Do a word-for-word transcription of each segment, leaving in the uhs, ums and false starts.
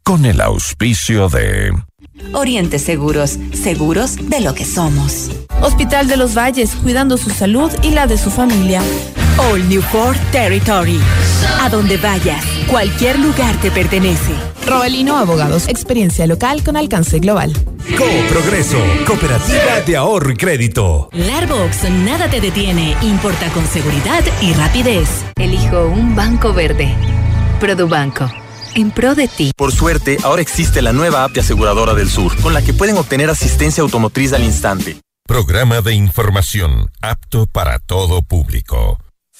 con el auspicio de Oriente Seguros, seguros de lo que somos. Hospital de los Valles, cuidando su salud y la de su familia. All New Ford Territory. A donde vayas, cualquier lugar te pertenece. Robalino Abogados, experiencia local con alcance global. Co-Progreso, cooperativa de ahorro y crédito. Larbox, nada te detiene, importa con seguridad y rapidez. Elijo un banco verde. Produbanco, en pro de ti. Por suerte, ahora existe la nueva app de Aseguradora del Sur, con la que pueden obtener asistencia automotriz al instante. Programa de información apto para todo público.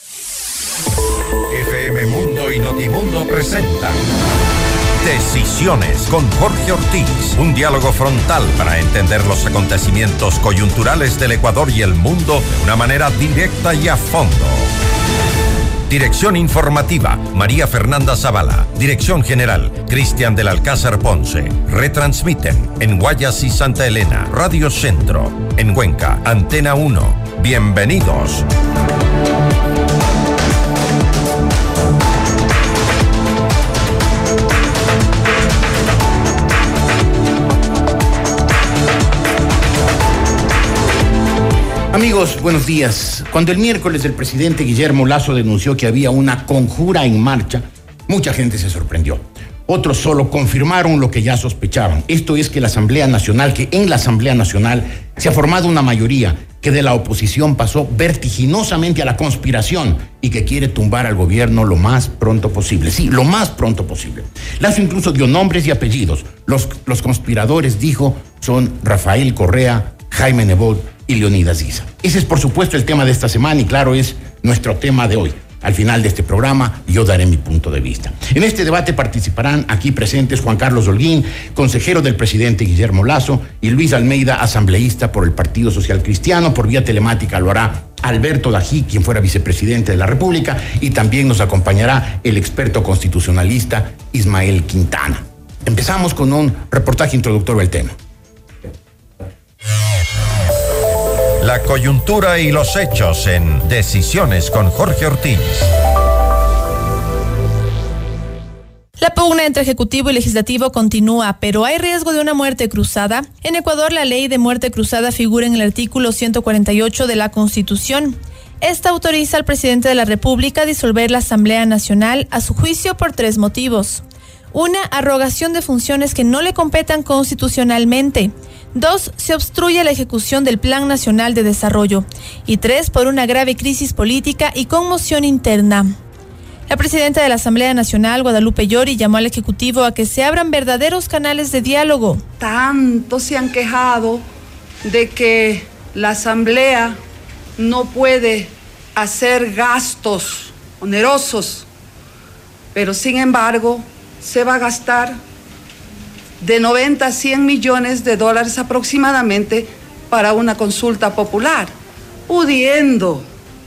F M Mundo y Notimundo presentan Decisiones con Jorge Ortiz, un diálogo frontal para entender los acontecimientos coyunturales del Ecuador y el mundo de una manera directa y a fondo. Dirección informativa, María Fernanda Zavala. Dirección general, Cristian del Alcázar Ponce. Retransmiten en Guayas y Santa Elena, Radio Centro. En Cuenca, Antena uno. Bienvenidos. Amigos, buenos días. Cuando el miércoles el presidente Guillermo Lasso denunció que había una conjura en marcha, mucha gente se sorprendió. Otros solo confirmaron lo que ya sospechaban. Esto es que la Asamblea Nacional, que en la Asamblea Nacional se ha formado una mayoría que de la oposición pasó vertiginosamente a la conspiración y que quiere tumbar al gobierno lo más pronto posible. Sí, lo más pronto posible. Lasso incluso dio nombres y apellidos. Los, los conspiradores, dijo, son Rafael Correa, Jaime Nebot y Leonidas Issa. Ese es, por supuesto, el tema de esta semana y, claro, es nuestro tema de hoy. Al final de este programa, yo daré mi punto de vista. En este debate participarán aquí presentes Juan Carlos Holguín, consejero del presidente Guillermo Lasso, y Luis Almeida, asambleísta por el Partido Social Cristiano. Por vía telemática lo hará Alberto Dají, quien fuera vicepresidente de la República, y también nos acompañará el experto constitucionalista Ismael Quintana. Empezamos con un reportaje introductorio al tema. La coyuntura y los hechos en Decisiones con Jorge Ortiz. La pugna entre Ejecutivo y Legislativo continúa, pero ¿hay riesgo de una muerte cruzada? En Ecuador, la ley de muerte cruzada figura en el artículo ciento cuarenta y ocho de la Constitución. Esta autoriza al presidente de la República a disolver la Asamblea Nacional, a su juicio, por tres motivos. Una, arrogación de funciones que no le competan constitucionalmente. Dos, se obstruye la ejecución del Plan Nacional de Desarrollo. Y tres, por una grave crisis política y conmoción interna. La presidenta de la Asamblea Nacional, Guadalupe Llori, llamó al Ejecutivo a que se abran verdaderos canales de diálogo. Tanto se han quejado de que la Asamblea no puede hacer gastos onerosos, pero sin embargo se va a gastar de noventa a cien millones de dólares aproximadamente para una consulta popular, pudiendo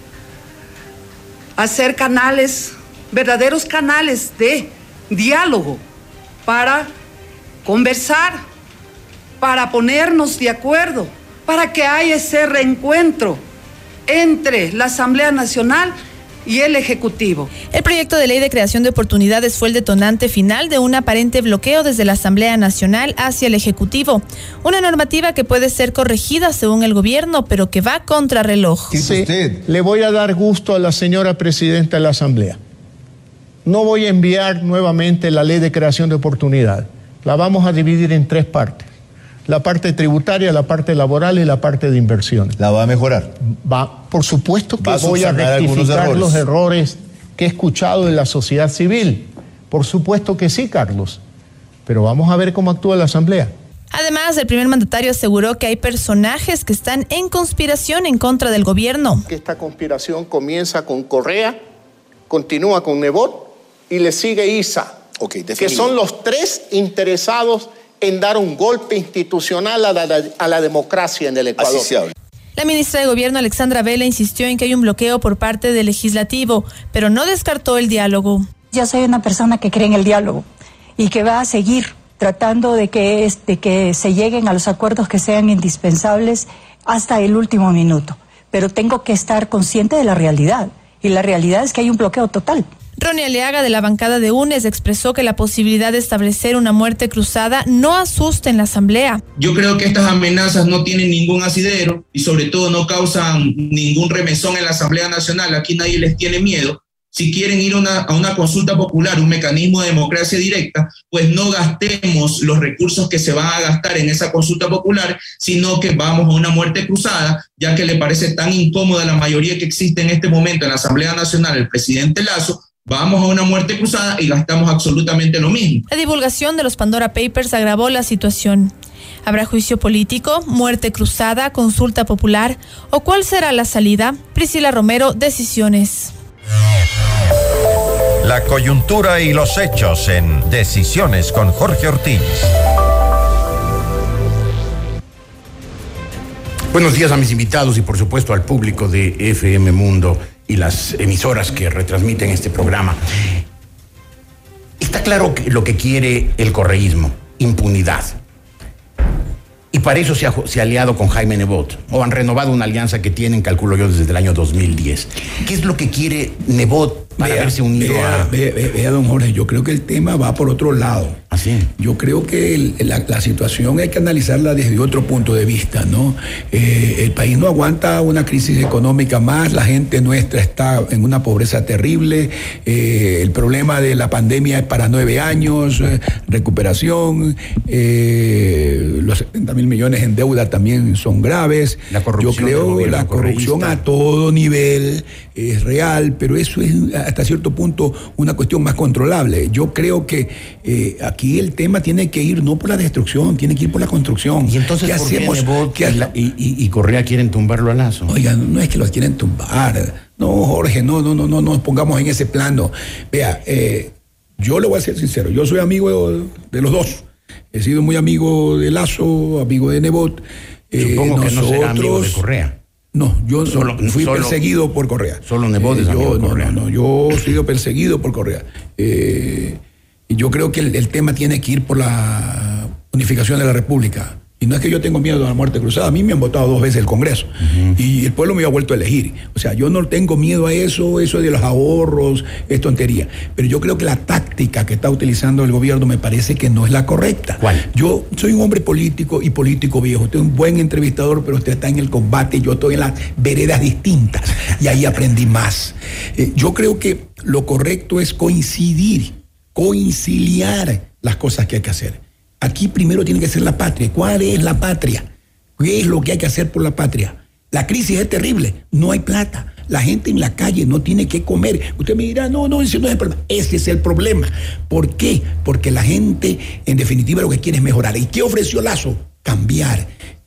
hacer canales, verdaderos canales de diálogo para conversar, para ponernos de acuerdo, para que haya ese reencuentro entre la Asamblea Nacional y el Ejecutivo. El proyecto de ley de creación de oportunidades fue el detonante final de un aparente bloqueo desde la Asamblea Nacional hacia el Ejecutivo. Una normativa que puede ser corregida según el gobierno, pero que va contra reloj. Sí, le voy a dar gusto a la señora presidenta de la Asamblea. No voy a enviar nuevamente la ley de creación de oportunidades. La vamos a dividir en tres partes. La parte tributaria, la parte laboral y la parte de inversiones. ¿La va a mejorar? Va, por supuesto que ¿Va a voy a rectificar errores? los errores que he escuchado de la sociedad civil. Por supuesto que sí, Carlos. Pero vamos a ver cómo actúa la Asamblea. Además, el primer mandatario aseguró que hay personajes que están en conspiración en contra del gobierno. Esta conspiración comienza con Correa, continúa con Nebot y le sigue Issa, okay, que son los tres interesados en dar un golpe institucional a la, a la democracia en el Ecuador. Así se habla. La ministra de Gobierno, Alexandra Vela, insistió en que hay un bloqueo por parte del Legislativo, pero no descartó el diálogo. Yo soy una persona que cree en el diálogo y que va a seguir tratando de que, es, de que se lleguen a los acuerdos que sean indispensables hasta el último minuto. Pero tengo que estar consciente de la realidad, y la realidad es que hay un bloqueo total. Ronnie Aliaga, de la bancada de U N E S, expresó que la posibilidad de establecer una muerte cruzada no asusta en la Asamblea. Yo creo que estas amenazas no tienen ningún asidero y sobre todo no causan ningún remesón en la Asamblea Nacional. Aquí nadie les tiene miedo. Si quieren ir a una, a una consulta popular, un mecanismo de democracia directa, pues no gastemos los recursos que se van a gastar en esa consulta popular, sino que vamos a una muerte cruzada, ya que le parece tan incómoda la mayoría que existe en este momento en la Asamblea Nacional, el presidente Lasso. Vamos a una muerte cruzada y gastamos absolutamente lo mismo. La divulgación de los Pandora Papers agravó la situación. ¿Habrá juicio político, muerte cruzada, consulta popular o cuál será la salida? Priscila Romero, Decisiones. La coyuntura y los hechos en Decisiones con Jorge Ortiz. Buenos días a mis invitados y por supuesto al público de F M Mundo y las emisoras que retransmiten este programa. Está claro que lo que quiere el correísmo, impunidad. Y para eso se ha, se ha aliado con Jaime Nebot, o han renovado una alianza que tienen, calculo yo, desde el año dos mil diez. ¿Qué es lo que quiere Nebot para vea, haberse unido vea, a...? Vea, vea, vea, don Jorge, yo creo que el tema va por otro lado. ¿Así? Yo creo que el, la, la situación hay que analizarla desde otro punto de vista, ¿no? Eh, el país no aguanta una crisis económica más, la gente nuestra está en una pobreza terrible, eh, el problema de la pandemia es para nueve años, eh, recuperación, eh, los setenta mil millones en deuda también son graves. La corrupción Yo creo que la corrupción a todo nivel es real, pero eso es hasta cierto punto una cuestión más controlable. Yo creo que eh, aquí el tema tiene que ir no por la destrucción, tiene que ir por la construcción. ¿Y entonces ¿qué por hacemos? qué Nebot ¿Qué y, la, y, y, y Correa quieren tumbarlo a Lasso? Oigan, no es que los quieren tumbar. No, Jorge, no, no, no, no nos pongamos en ese plano. Vea, eh, yo le voy a ser sincero, yo soy amigo de, de los dos. He sido muy amigo de Lasso, amigo de Nebot. Supongo eh, que no será amigo de Correa. No, yo solo, fui solo, perseguido por Correa. Solo Nebot eh, es amigo yo, de Correa. No, no, no, yo he sido perseguido por Correa. Eh, y yo creo que el, el tema tiene que ir por la unificación de la República. Y no es que yo tengo miedo a la muerte cruzada, a mí me han votado dos veces el Congreso. Uh-huh. Y el pueblo me ha vuelto a elegir. O sea, yo no tengo miedo a eso, eso de los ahorros, es tontería. Pero yo creo que la táctica que está utilizando el gobierno me parece que no es la correcta. ¿Cuál? Yo soy un hombre político y político viejo. Usted es un buen entrevistador, pero usted está en el combate, yo estoy en las veredas distintas. Y ahí aprendí más. Eh, yo creo que lo correcto es coincidir, conciliar las cosas que hay que hacer. Aquí primero tiene que ser la patria. ¿Cuál es la patria? ¿Qué es lo que hay que hacer por la patria? La crisis es terrible, no hay plata. La gente en la calle no tiene que comer. Usted me dirá, no, no, ese no es el problema. Ese es el problema. ¿Por qué? Porque la gente, en definitiva, lo que quiere es mejorar. ¿Y qué ofreció Lasso? Cambiar.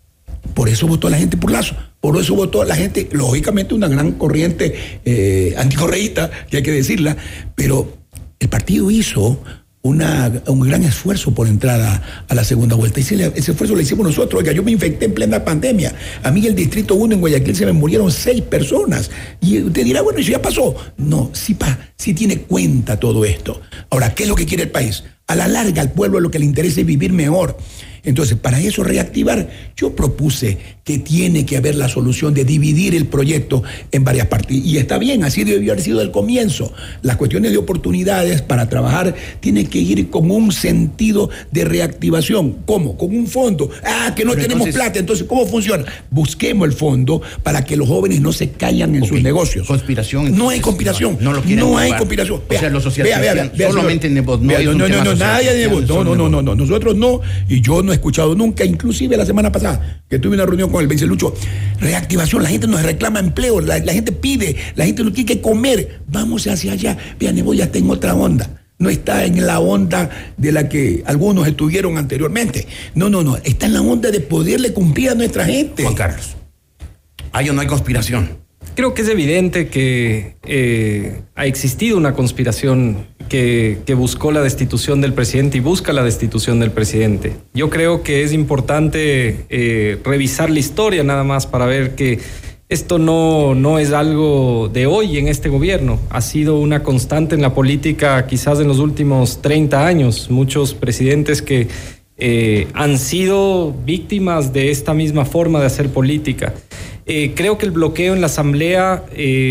Por eso votó la gente por Lasso. Por eso votó la gente, lógicamente, una gran corriente eh, anticorreísta, que hay que decirla, pero el partido hizo Una, un gran esfuerzo por entrar a, a la segunda vuelta. Y ese, ese esfuerzo lo hicimos nosotros. Oiga, yo me infecté en plena pandemia. A mí en el Distrito uno en Guayaquil se me murieron seis personas. Y usted dirá, bueno, eso ya pasó. No, sí, pa, sí tiene cuenta todo esto. Ahora, ¿qué es lo que quiere el país? A la larga, al pueblo lo que le interesa es vivir mejor. Entonces, para eso reactivar, yo propuse que tiene que haber la solución de dividir el proyecto en varias partes. Y está bien, así debió haber sido el comienzo. Las cuestiones de oportunidades para trabajar tienen que ir con un sentido de reactivación. ¿Cómo? Con un fondo. Ah, que no Pero tenemos entonces, plata. Entonces, ¿cómo funciona? Busquemos el fondo para que los jóvenes no se callan en okay. sus negocios. Conspiración. Entonces, no hay conspiración. No, no, lo no hay conspiración. Vea, o sea, los socialistas vea, vea, vea, solamente Nebot. No, no, no, no, no, nadie de Nebot. No, no, no, no, no. Nosotros no. Y yo no he escuchado nunca, inclusive la semana pasada, que tuve una reunión con el Vice Lucho, reactivación, la gente nos reclama empleo, la, la gente pide, la gente no tiene que comer, vamos hacia allá. Vean, Nebot ya está en otra onda, no está en la onda de la que algunos estuvieron anteriormente, no, no, no, está en la onda de poderle cumplir a nuestra gente. Juan Carlos, ¿hay o no hay conspiración? Creo que es evidente que eh, ha existido una conspiración que, que buscó la destitución del presidente y busca la destitución del presidente. Yo creo que es importante eh, revisar la historia nada más para ver que esto no, no es algo de hoy en este gobierno. Ha sido una constante en la política quizás en los últimos treinta años. Muchos presidentes que eh, han sido víctimas de esta misma forma de hacer política. Eh, creo que el bloqueo en la Asamblea eh,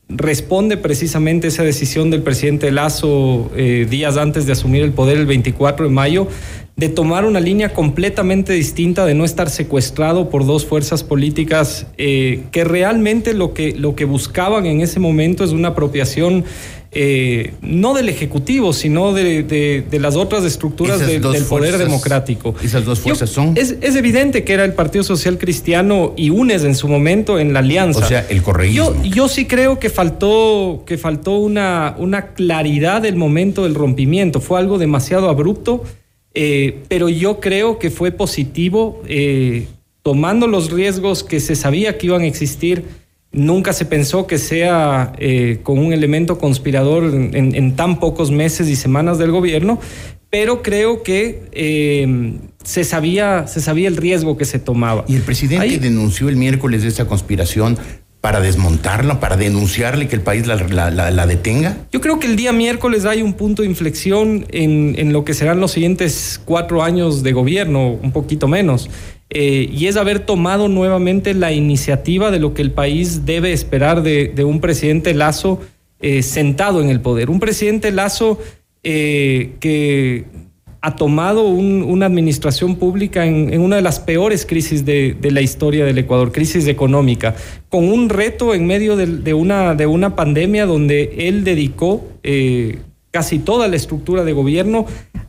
responde precisamente esa decisión del presidente Lasso eh, días antes de asumir el poder el veinticuatro de mayo, de tomar una línea completamente distinta, de no estar secuestrado por dos fuerzas políticas eh, que realmente lo que, lo que buscaban en ese momento es una apropiación eh, no del Ejecutivo, sino de, de, de las otras estructuras de, del poder fuerzas, democrático. ¿Esas dos fuerzas Yo, son? Es, es evidente que era el Partido Social Cristiano y UNES en su momento en la alianza. O sea, el correísmo. Yo, yo sí creo que faltó, que faltó una, una claridad del momento del rompimiento. Fue algo demasiado abrupto. Eh, pero yo creo que fue positivo, eh, tomando los riesgos que se sabía que iban a existir. Nunca se pensó que sea eh, con un elemento conspirador en, en, en tan pocos meses y semanas del gobierno, pero creo que eh, se sabía, se sabía el riesgo que se tomaba. Y el presidente Ahí, denunció el miércoles esa conspiración para desmontarla, para denunciarle que el país la, la, la, la detenga. Yo creo que el día miércoles hay un punto de inflexión en, en lo que serán los siguientes cuatro años de gobierno, un poquito menos, eh, y es haber tomado nuevamente la iniciativa de lo que el país debe esperar de, de un presidente Lasso eh, sentado en el poder. Un presidente Lasso eh, que ha tomado un, una administración pública en, en una de las peores crisis de, de la historia del Ecuador, crisis económica, con un reto en medio de, de, una, de una pandemia donde él dedicó eh, casi toda la estructura de gobierno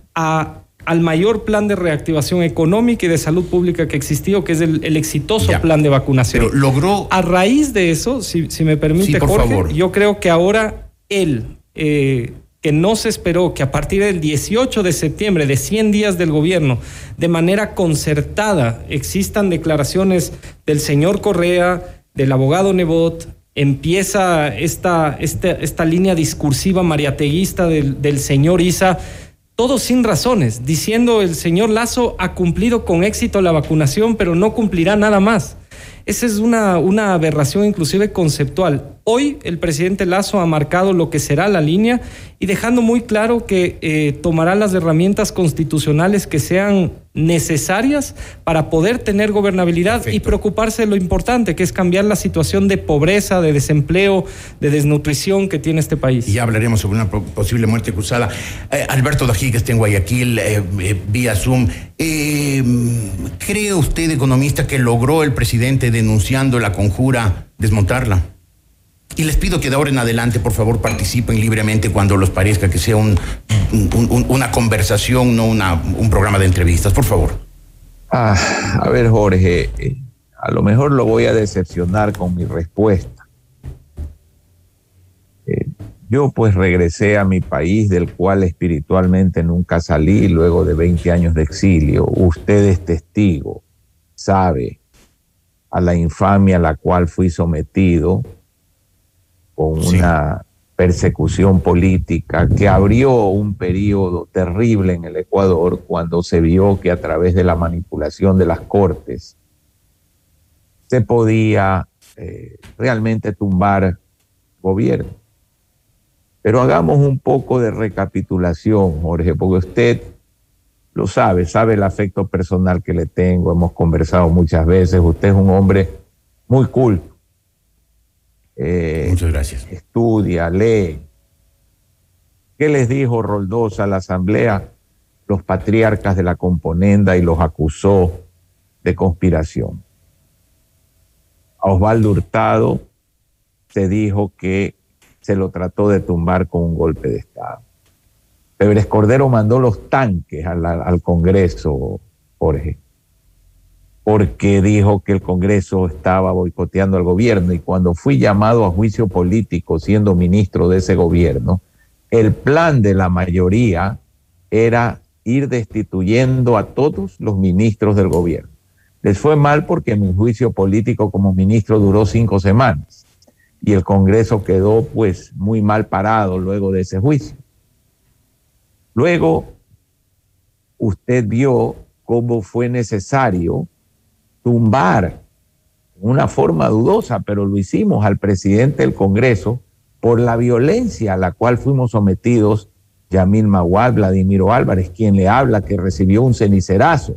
a, al mayor plan de reactivación económica y de salud pública que existió, que es el, el exitoso ya, plan de vacunación. Pero logró... A raíz de eso, si, si me permite, sí, por Jorge, favor. Yo creo que ahora él... Eh, que no se esperó que a partir del dieciocho de septiembre, de cien días del gobierno, de manera concertada, existan declaraciones del señor Correa, del abogado Nebot, empieza esta, esta, esta línea discursiva mariateguista del, del señor Issa, todo sin razones, diciendo el señor Lasso ha cumplido con éxito la vacunación, pero no cumplirá nada más. Esa es una, una aberración inclusive conceptual. Hoy el presidente Lasso ha marcado lo que será la línea y dejando muy claro que eh, tomará las herramientas constitucionales que sean necesarias para poder tener gobernabilidad. Perfecto. Y preocuparse de lo importante, que es cambiar la situación de pobreza, de desempleo, de desnutrición que tiene este país. Y ya hablaremos sobre una posible muerte cruzada. Eh, Alberto Dají, que está en Guayaquil, eh, eh, vía Zoom. Eh, ¿Cree usted, economista, que logró el presidente denunciando la conjura desmontarla? Y les pido que de ahora en adelante, por favor, participen libremente cuando les parezca que sea un, un, un, una conversación, no una, un programa de entrevistas. Por favor. Ah, a ver, Jorge, eh, a lo mejor lo voy a decepcionar con mi respuesta. Eh, yo pues regresé a mi país, del cual espiritualmente nunca salí, luego de veinte años de exilio. Usted es testigo, sabe a la infamia a la cual fui sometido, con sí. una persecución política que abrió un periodo terrible en el Ecuador cuando se vio que a través de la manipulación de las cortes se podía eh, realmente tumbar gobierno. Pero hagamos un poco de recapitulación, Jorge, porque usted lo sabe, sabe el afecto personal que le tengo, hemos conversado muchas veces, usted es un hombre muy culto. Eh, Muchas gracias. Estudia, lee. ¿Qué les dijo Roldós a la asamblea? Los patriarcas de la componenda, y los acusó de conspiración. A Osvaldo Hurtado se dijo que se lo trató de tumbar con un golpe de Estado. Febres Cordero mandó los tanques al, al Congreso, Jorge, porque dijo que el Congreso estaba boicoteando al gobierno, y cuando fui llamado a juicio político siendo ministro de ese gobierno, el plan de la mayoría era ir destituyendo a todos los ministros del gobierno. Les fue mal porque mi juicio político como ministro duró cinco semanas y el Congreso quedó pues muy mal parado luego de ese juicio. Luego usted vio cómo fue necesario tumbar de una forma dudosa, pero lo hicimos, al presidente del Congreso por la violencia a la cual fuimos sometidos Yamil Maguad, Vladimiro Álvarez, quien le habla, que recibió un cenicerazo.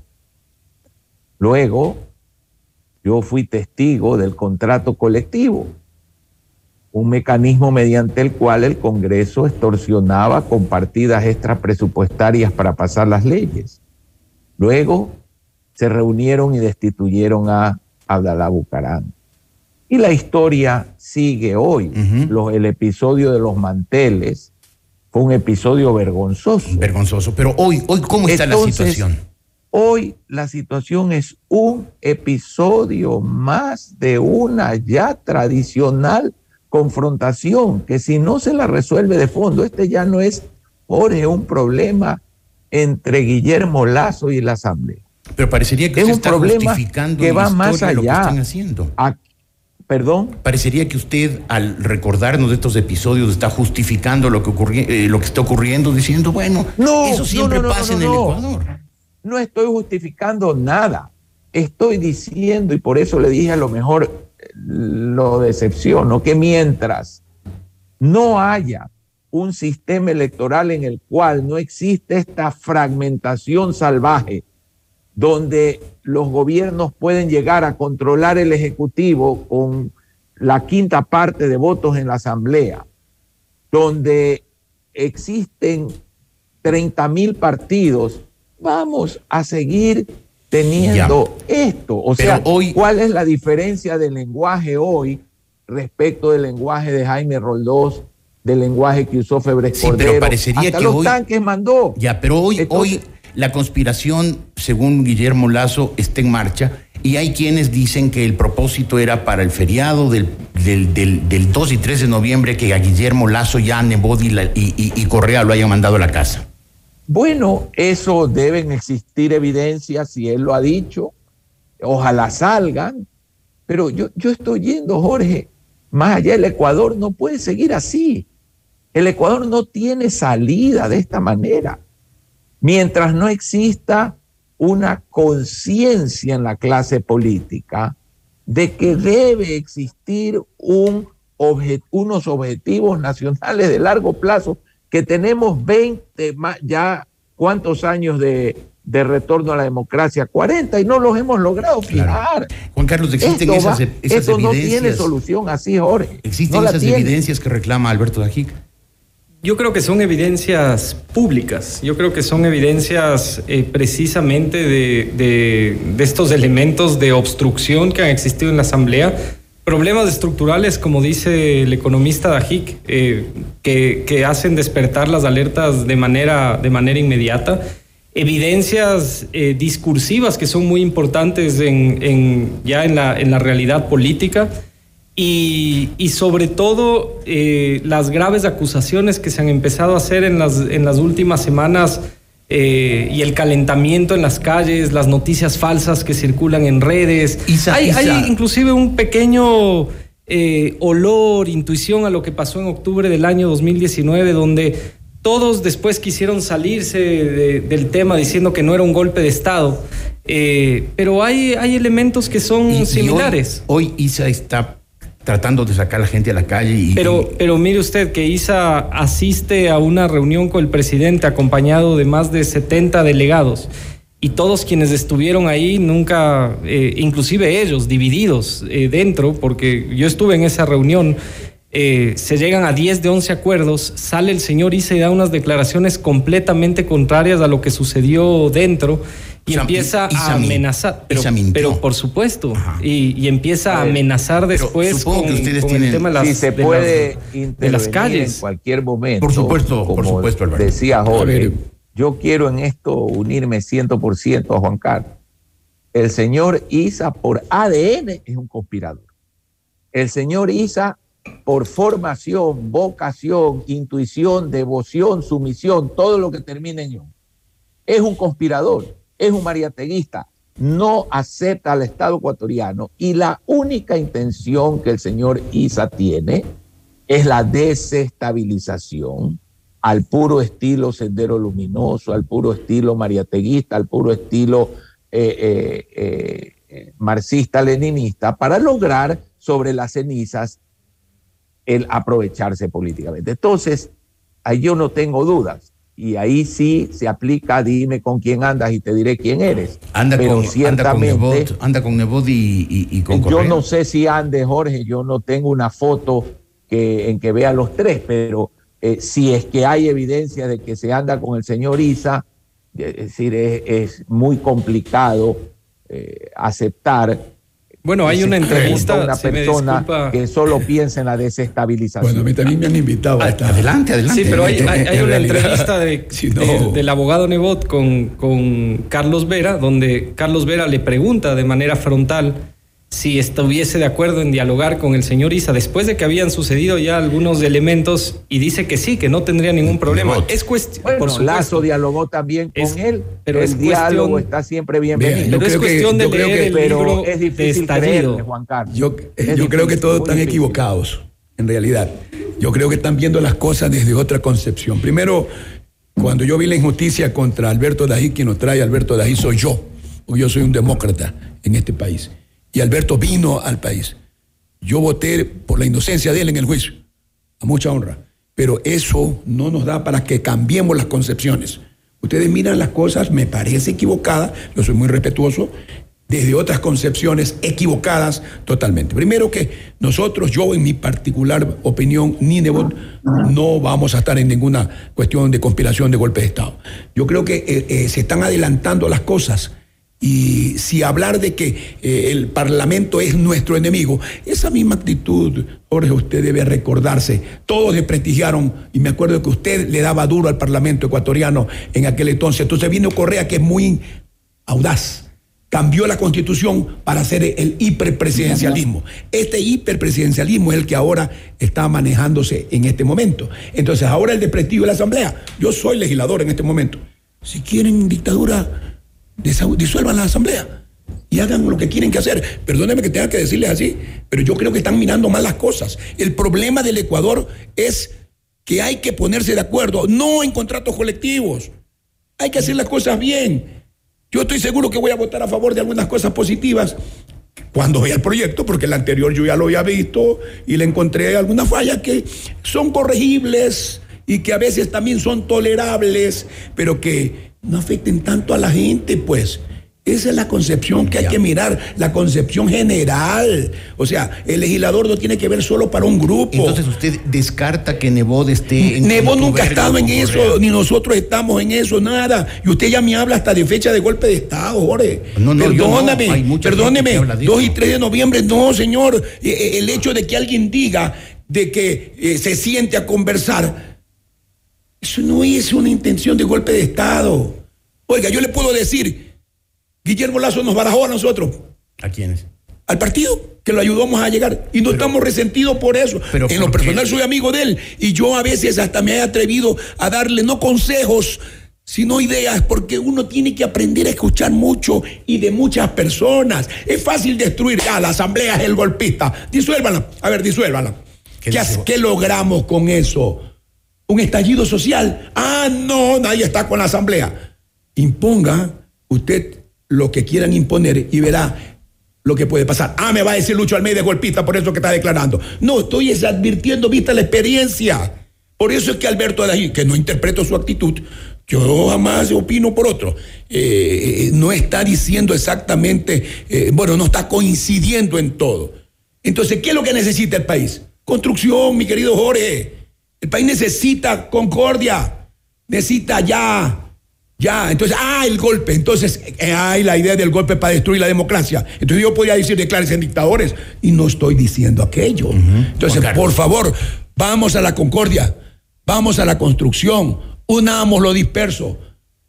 Luego, yo fui testigo del contrato colectivo. un mecanismo mediante el cual el Congreso extorsionaba con partidas extrapresupuestarias para pasar las leyes. Luego se reunieron y destituyeron a Abdalá Bucaram. Y la historia sigue hoy. Uh-huh. Los, el episodio de los manteles fue un episodio vergonzoso. Vergonzoso. Pero hoy, hoy ¿cómo está Entonces, la situación? Hoy la situación es un episodio más de una ya tradicional confrontación, que si no se la resuelve de fondo, este ya no es, Jorge, un problema entre Guillermo Lasso y la Asamblea. Pero parecería que es usted un está problema justificando que en va la más historia allá. lo que están haciendo. A, ¿Perdón? Parecería que usted, al recordarnos de estos episodios, está justificando lo que, ocurri eh, lo que está ocurriendo, diciendo, bueno, no, eso siempre no, no, pasa no, no, en el no. Ecuador. No estoy justificando nada. Estoy diciendo, y por eso le dije, a lo mejor lo decepciono, que mientras no haya un sistema electoral en el cual no existe esta fragmentación salvaje, donde los gobiernos pueden llegar a controlar el Ejecutivo con la quinta parte de votos en la Asamblea, donde existen treinta mil partidos, vamos a seguir teniendo ya. esto. O Pero sea, hoy, ¿cuál es la diferencia del lenguaje hoy respecto del lenguaje de Jaime Roldós, del lenguaje que usó Febres sí, Cordero? Pero parecería hasta que los hoy, tanques mandó. Ya, pero hoy, Entonces, hoy la conspiración, según Guillermo Lasso, está en marcha y hay quienes dicen que el propósito era para el feriado del, del, del, del dos y tres de noviembre, que a Guillermo Lasso ya Nebot y, y, y, y Correa lo hayan mandado a la casa. Bueno, eso deben existir evidencias, si él lo ha dicho, ojalá salgan, pero yo, yo estoy yendo, Jorge, más allá. El Ecuador no puede seguir así. El Ecuador no tiene salida de esta manera. Mientras no exista una conciencia en la clase política de que debe existir un obje, unos objetivos nacionales de largo plazo, que tenemos veinte, ya cuántos años de, de retorno a la democracia, cuarenta, y no los hemos logrado fijar. Claro. Juan Carlos, existen esto esas, va, esas esto evidencias. No tiene solución así, Jorge. Existen no esas evidencias que reclama Alberto Dajic. Yo creo que son evidencias públicas, yo creo que son evidencias eh, precisamente de, de, de estos elementos de obstrucción que han existido en la Asamblea, problemas estructurales, como dice el economista Dajic, eh, que, que hacen despertar las alertas de manera, de manera inmediata, evidencias eh, discursivas que son muy importantes en, en, ya en la, en la realidad política, y, y sobre todo eh, las graves acusaciones que se han empezado a hacer en las, en las últimas semanas, eh, y el calentamiento en las calles, las noticias falsas que circulan en redes. Isa, hay, Isa. hay inclusive un pequeño eh, olor, intuición a lo que pasó en octubre del año dos mil diecinueve, donde todos después quisieron salirse de, del tema diciendo que no era un golpe de Estado, eh, pero hay, hay elementos que son y, similares. Y hoy, hoy Isa está tratando de sacar a la gente a la calle. Y, pero, y... pero mire usted que Isa asiste a una reunión con el presidente acompañado de más de setenta delegados, y todos quienes estuvieron ahí nunca, eh, inclusive ellos divididos eh, dentro, porque yo estuve en esa reunión, eh, se llegan a diez de once acuerdos, sale el señor Isa y da unas declaraciones completamente contrarias a lo que sucedió dentro. Y o sea, empieza a amenazar, pero, pero por supuesto, y, y empieza a, ver, a amenazar después con, con tienen, el tema de las, si se de puede las, de las calles. En cualquier momento. Por supuesto, como por supuesto, Alberto. Decía Jorge, yo quiero en esto unirme cien por ciento a Juan Carlos. El señor Isa por A D N es un conspirador. El señor Isa por formación, vocación, intuición, devoción, sumisión, todo lo que termina en yo, es un conspirador. Es un mariateguista, no acepta al Estado ecuatoriano, y la única intención que el señor Isa tiene es la desestabilización al puro estilo Sendero Luminoso, al puro estilo mariateguista, al puro estilo eh, eh, eh, marxista-leninista, para lograr sobre las cenizas el aprovecharse políticamente. Entonces, ahí yo no tengo dudas. Y ahí sí se aplica, dime con quién andas y te diré quién eres. Anda Pero con, ciertamente, anda con Nebot, anda con Nebot y, y, y con Yo Correa. no sé si ande, Jorge, yo no tengo una foto que, en que vea los tres, pero eh, si es que hay evidencia de que se anda con el señor Issa, es decir, es, es muy complicado eh, aceptar. Bueno, hay una entrevista, una persona que solo piensa en la desestabilización. Bueno, a mí también me han invitado a estar. Adelante, adelante. Sí, pero hay, hay, hay una entrevista de, sí, no. de, del abogado Nebot con, con Carlos Vera, donde Carlos Vera le pregunta de manera frontal si estuviese de acuerdo en dialogar con el señor Issa después de que habían sucedido ya algunos elementos, y dice que sí, que no tendría ningún problema. Nebot. Es cuestión. Bueno, por supuesto, Lazo dialogó también con es, él, pero el es diálogo cuestión, está siempre bienvenido. Pero es cuestión que, de leer que, el pero libro es difícil creerle, Juan Carlos. Yo, eh, yo creo que todos están difícil. equivocados, en realidad. Yo creo que están viendo las cosas desde otra concepción. Primero, cuando yo vi la injusticia contra Alberto Dají, quien nos trae Alberto Dají soy yo, porque yo soy un demócrata en este país. Y Alberto vino al país. Yo voté por la inocencia de él en el juicio, a mucha honra. Pero eso no nos da para que cambiemos las concepciones. Ustedes miran las cosas, me parece equivocada, yo soy muy respetuoso, desde otras concepciones equivocadas totalmente. Primero que nosotros, yo en mi particular opinión, ni Nebot, no vamos a estar en ninguna cuestión de conspiración de golpe de Estado. Yo creo que eh, eh, se están adelantando las cosas. Y si hablar de que eh, el Parlamento es nuestro enemigo, esa misma actitud, Jorge, usted debe recordarse. Todos le prestigiaron, y me acuerdo que usted le daba duro al Parlamento ecuatoriano en aquel entonces. Entonces vino Correa, que es muy audaz, cambió la Constitución para hacer el hiperpresidencialismo. Este hiperpresidencialismo es el que ahora está manejándose en este momento. Entonces ahora el de prestigio de la Asamblea. Yo soy legislador en este momento. Si quieren dictadura, disuelvan la asamblea y hagan lo que quieren que hacer. Perdónenme que tenga que decirles así, pero yo creo que están mirando mal las cosas. El problema del Ecuador es que hay que ponerse de acuerdo, no en contratos colectivos. Hay que hacer las cosas bien. Yo estoy seguro que voy a votar a favor de algunas cosas positivas cuando vea el proyecto, porque el anterior yo ya lo había visto y le encontré algunas fallas que son corregibles y que a veces también son tolerables, pero que no afecten tanto a la gente, pues. Esa es la concepción que hay que mirar, la concepción general. O sea, el legislador no tiene que ver solo para un grupo. Entonces usted descarta que Nebot esté en... Nebot nunca ha estado en eso, ni nosotros estamos en eso, nada. Y usted ya me habla hasta de fecha de golpe de Estado, Jorge. No, no, perdóname, no. perdóneme, dos y tres de noviembre, no, señor. El hecho de que alguien diga de que eh, se siente a conversar, eso no es una intención de golpe de Estado. Oiga, yo le puedo decir, Guillermo Lazo nos barajó a nosotros. ¿A quiénes? Al partido, que lo ayudamos a llegar. Y no pero, estamos resentidos por eso. Pero en lo personal qué? soy amigo de él. Y yo a veces hasta me he atrevido a darle no consejos, sino ideas, porque uno tiene que aprender a escuchar mucho y de muchas personas. Es fácil destruir. Ah, la asamblea es el golpista. Disuélvala. A ver, disuélvala. ¿Qué, ¿Qué, ¿Qué logramos con eso? ¿Un estallido social? Ah, no, nadie está con la asamblea. Imponga usted lo que quieran imponer y verá lo que puede pasar. Ah, me va a decir Lucho Almeida golpista por eso que está declarando. No, estoy advirtiendo vista la experiencia. Por eso es que Alberto Dají, que no interpreto su actitud, yo jamás opino por otro, eh, no está diciendo exactamente, eh, bueno, no está coincidiendo en todo. Entonces, ¿qué es lo que necesita el país? Construcción, mi querido Jorge. El país necesita concordia, necesita ya, ya. Entonces, ah, el golpe. Entonces, eh, hay la idea del golpe para destruir la democracia. Entonces yo podría decir, declárense en dictadores. Y no estoy diciendo aquello. Uh-huh. Entonces, por favor, vamos a la concordia, vamos a la construcción, unamos lo disperso.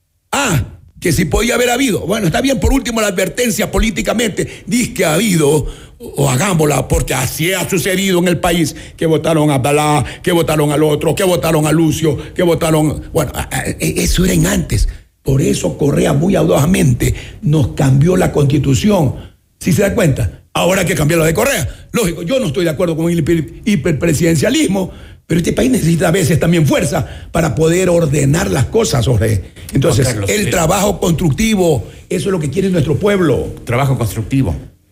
Ah, que si podía haber habido. Bueno, está bien, por último, la advertencia políticamente, dice que ha habido, o hagámosla, porque así ha sucedido en el país, que votaron a Abdalá, que votaron al otro, que votaron a Lucio, que votaron... Bueno, eso era en antes. Por eso Correa muy audazmente nos cambió la Constitución. ¿Sí se da cuenta? Ahora hay que cambiarla de Correa. Lógico, yo no estoy de acuerdo con el hiperpresidencialismo, pero este país necesita a veces también fuerza para poder ordenar las cosas, Jorge. Entonces, Juan Carlos, el sí. trabajo constructivo, eso es lo que quiere nuestro pueblo. Trabajo constructivo.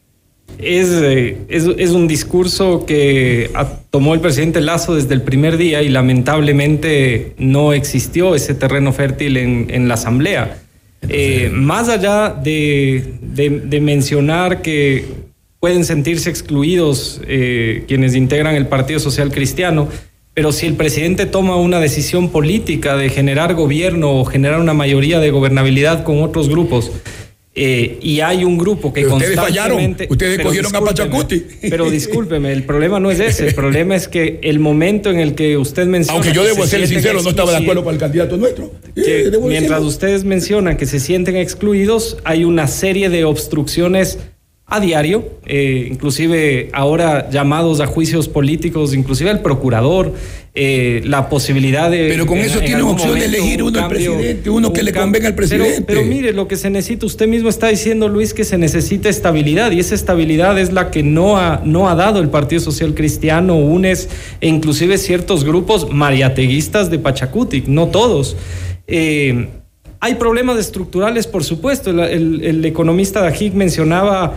Es, eh, es, es un discurso que tomó el presidente Lazo desde el primer día y lamentablemente no existió ese terreno fértil en, en la Asamblea. Eh, más allá de, de, de mencionar que pueden sentirse excluidos eh, quienes integran el Partido Social Cristiano, pero si el presidente toma una decisión política de generar gobierno o generar una mayoría de gobernabilidad con otros grupos, Eh, y hay un grupo que pero ustedes constantemente... fallaron, ustedes cogieron a Pachacuti. Pero discúlpeme, el problema no es ese, el problema es que el momento en el que usted menciona... Aunque yo debo ser sincero, no estaba de acuerdo con el candidato nuestro. Que eh, mientras ustedes mencionan que se sienten excluidos, hay una serie de obstrucciones a diario, eh, inclusive ahora llamados a juicios políticos, inclusive el procurador, eh, la posibilidad de... Pero con en, eso en tiene opción de elegir uno al presidente, uno que le convenga al presidente. Pero, pero mire, lo que se necesita, usted mismo está diciendo, Luis, que se necesita estabilidad, y esa estabilidad es la que no ha, no ha dado el Partido Social Cristiano, U N E S, e inclusive ciertos grupos mariateguistas de Pachacuti, no todos. Eh, hay problemas estructurales, por supuesto. El, el, el economista Dajik mencionaba...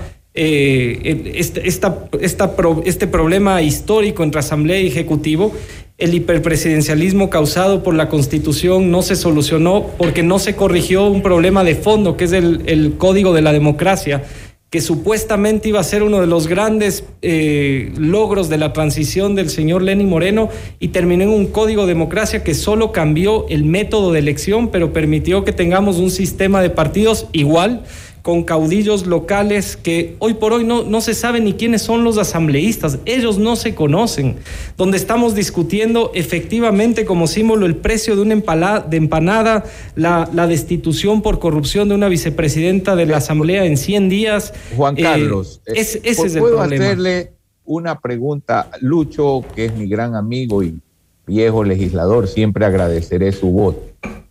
Eh, este, esta, esta pro, este problema histórico entre Asamblea y Ejecutivo. El hiperpresidencialismo causado por la Constitución no se solucionó porque no se corrigió un problema de fondo, que es el, el Código de la Democracia, que supuestamente iba a ser uno de los grandes eh, logros de la transición del señor Lenín Moreno, y terminó en un Código de Democracia que solo cambió el método de elección, pero permitió que tengamos un sistema de partidos igual, con caudillos locales que hoy por hoy no, no se sabe ni quiénes son los asambleístas, ellos no se conocen, donde estamos discutiendo efectivamente como símbolo el precio de una empalada, de empanada, la, la destitución por corrupción de una vicepresidenta de la Asamblea en cien días. Juan Carlos, eh, es, ese es el ¿puedo problema? hacerle una pregunta? Lucho, que es mi gran amigo y viejo legislador, siempre agradeceré su voto.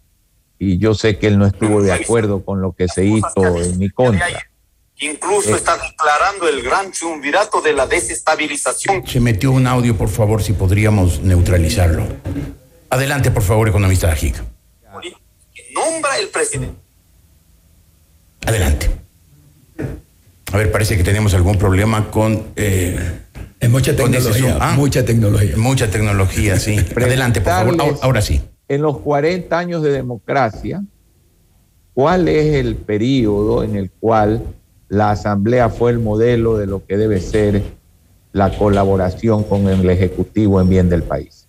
Y yo sé que él no estuvo de acuerdo con lo que se hizo en mi contra. Incluso está declarando el gran triunvirato de la desestabilización. Se metió un audio, por favor, si podríamos neutralizarlo. Adelante, por favor, economista Dajik. Que nombra el presidente. Adelante. A ver, parece que tenemos algún problema con... Eh, es mucha tecnología, ah, mucha tecnología. Mucha tecnología, sí. Adelante, por favor, ahora, ahora sí. En los cuarenta años de democracia, ¿cuál es el periodo en el cual la Asamblea fue el modelo de lo que debe ser la colaboración con el Ejecutivo en bien del país?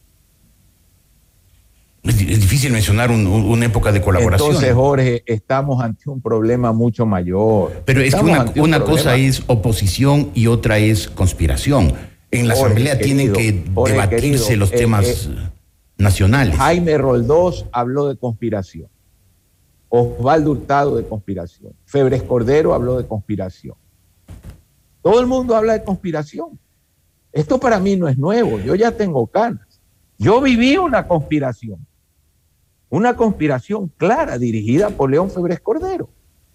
Es difícil mencionar un, un, una época de colaboración. Entonces, Jorge, estamos ante un problema mucho mayor. Pero es estamos que una, una cosa es oposición y otra es conspiración. En la Jorge, Asamblea querido, tienen que Jorge, debatirse querido, los eh, temas eh, nacionales. Jaime Roldós habló de conspiración. Osvaldo Hurtado de conspiración. Febres Cordero habló de conspiración. Todo el mundo habla de conspiración. Esto para mí no es nuevo. Yo ya tengo canas. Yo viví una conspiración. Una conspiración clara dirigida por León Febres Cordero,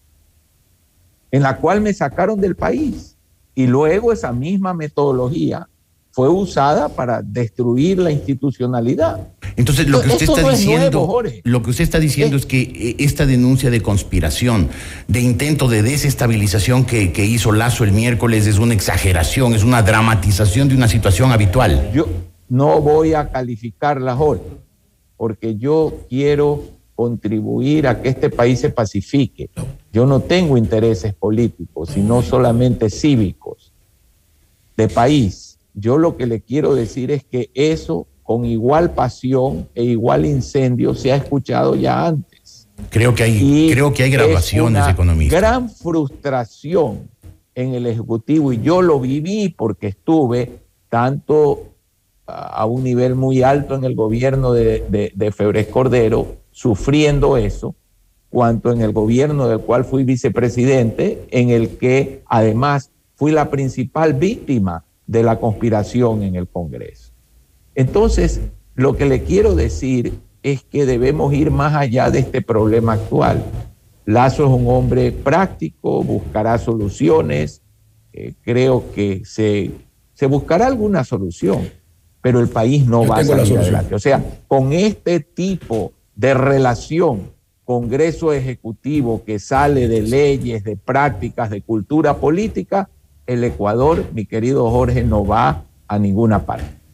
en la cual me sacaron del país. Y luego esa misma metodología fue usada para destruir la institucionalidad. Entonces, lo que usted Esto está no es diciendo, nuevo, Jorge. lo que usted está diciendo es, es que esta denuncia de conspiración, de intento de desestabilización que, que hizo Lazo el miércoles es una exageración, es una dramatización de una situación habitual. Yo no voy a calificarla, Jorge, porque yo quiero contribuir a que este país se pacifique. Yo no tengo intereses políticos, sino solamente cívicos, de país. Yo lo que le quiero decir es que eso, con igual pasión e igual incendio, se ha escuchado ya antes. Creo que hay, creo que hay grabaciones, economista. Gran frustración en el Ejecutivo, y yo lo viví porque estuve tanto a un nivel muy alto en el gobierno de, de, de Febres Cordero, sufriendo eso, cuanto en el gobierno del cual fui vicepresidente, en el que además fui la principal víctima de la conspiración en el Congreso. Entonces, lo que le quiero decir es que debemos ir más allá de este problema actual. Lazo es un hombre práctico, buscará soluciones, eh, creo que se, se buscará alguna solución, pero el país no Yo va a salir adelante. O sea, con este tipo de relación Congreso-Ejecutivo que sale de leyes, de prácticas, de cultura política, el Ecuador, mi querido Jorge, no va a ninguna parte.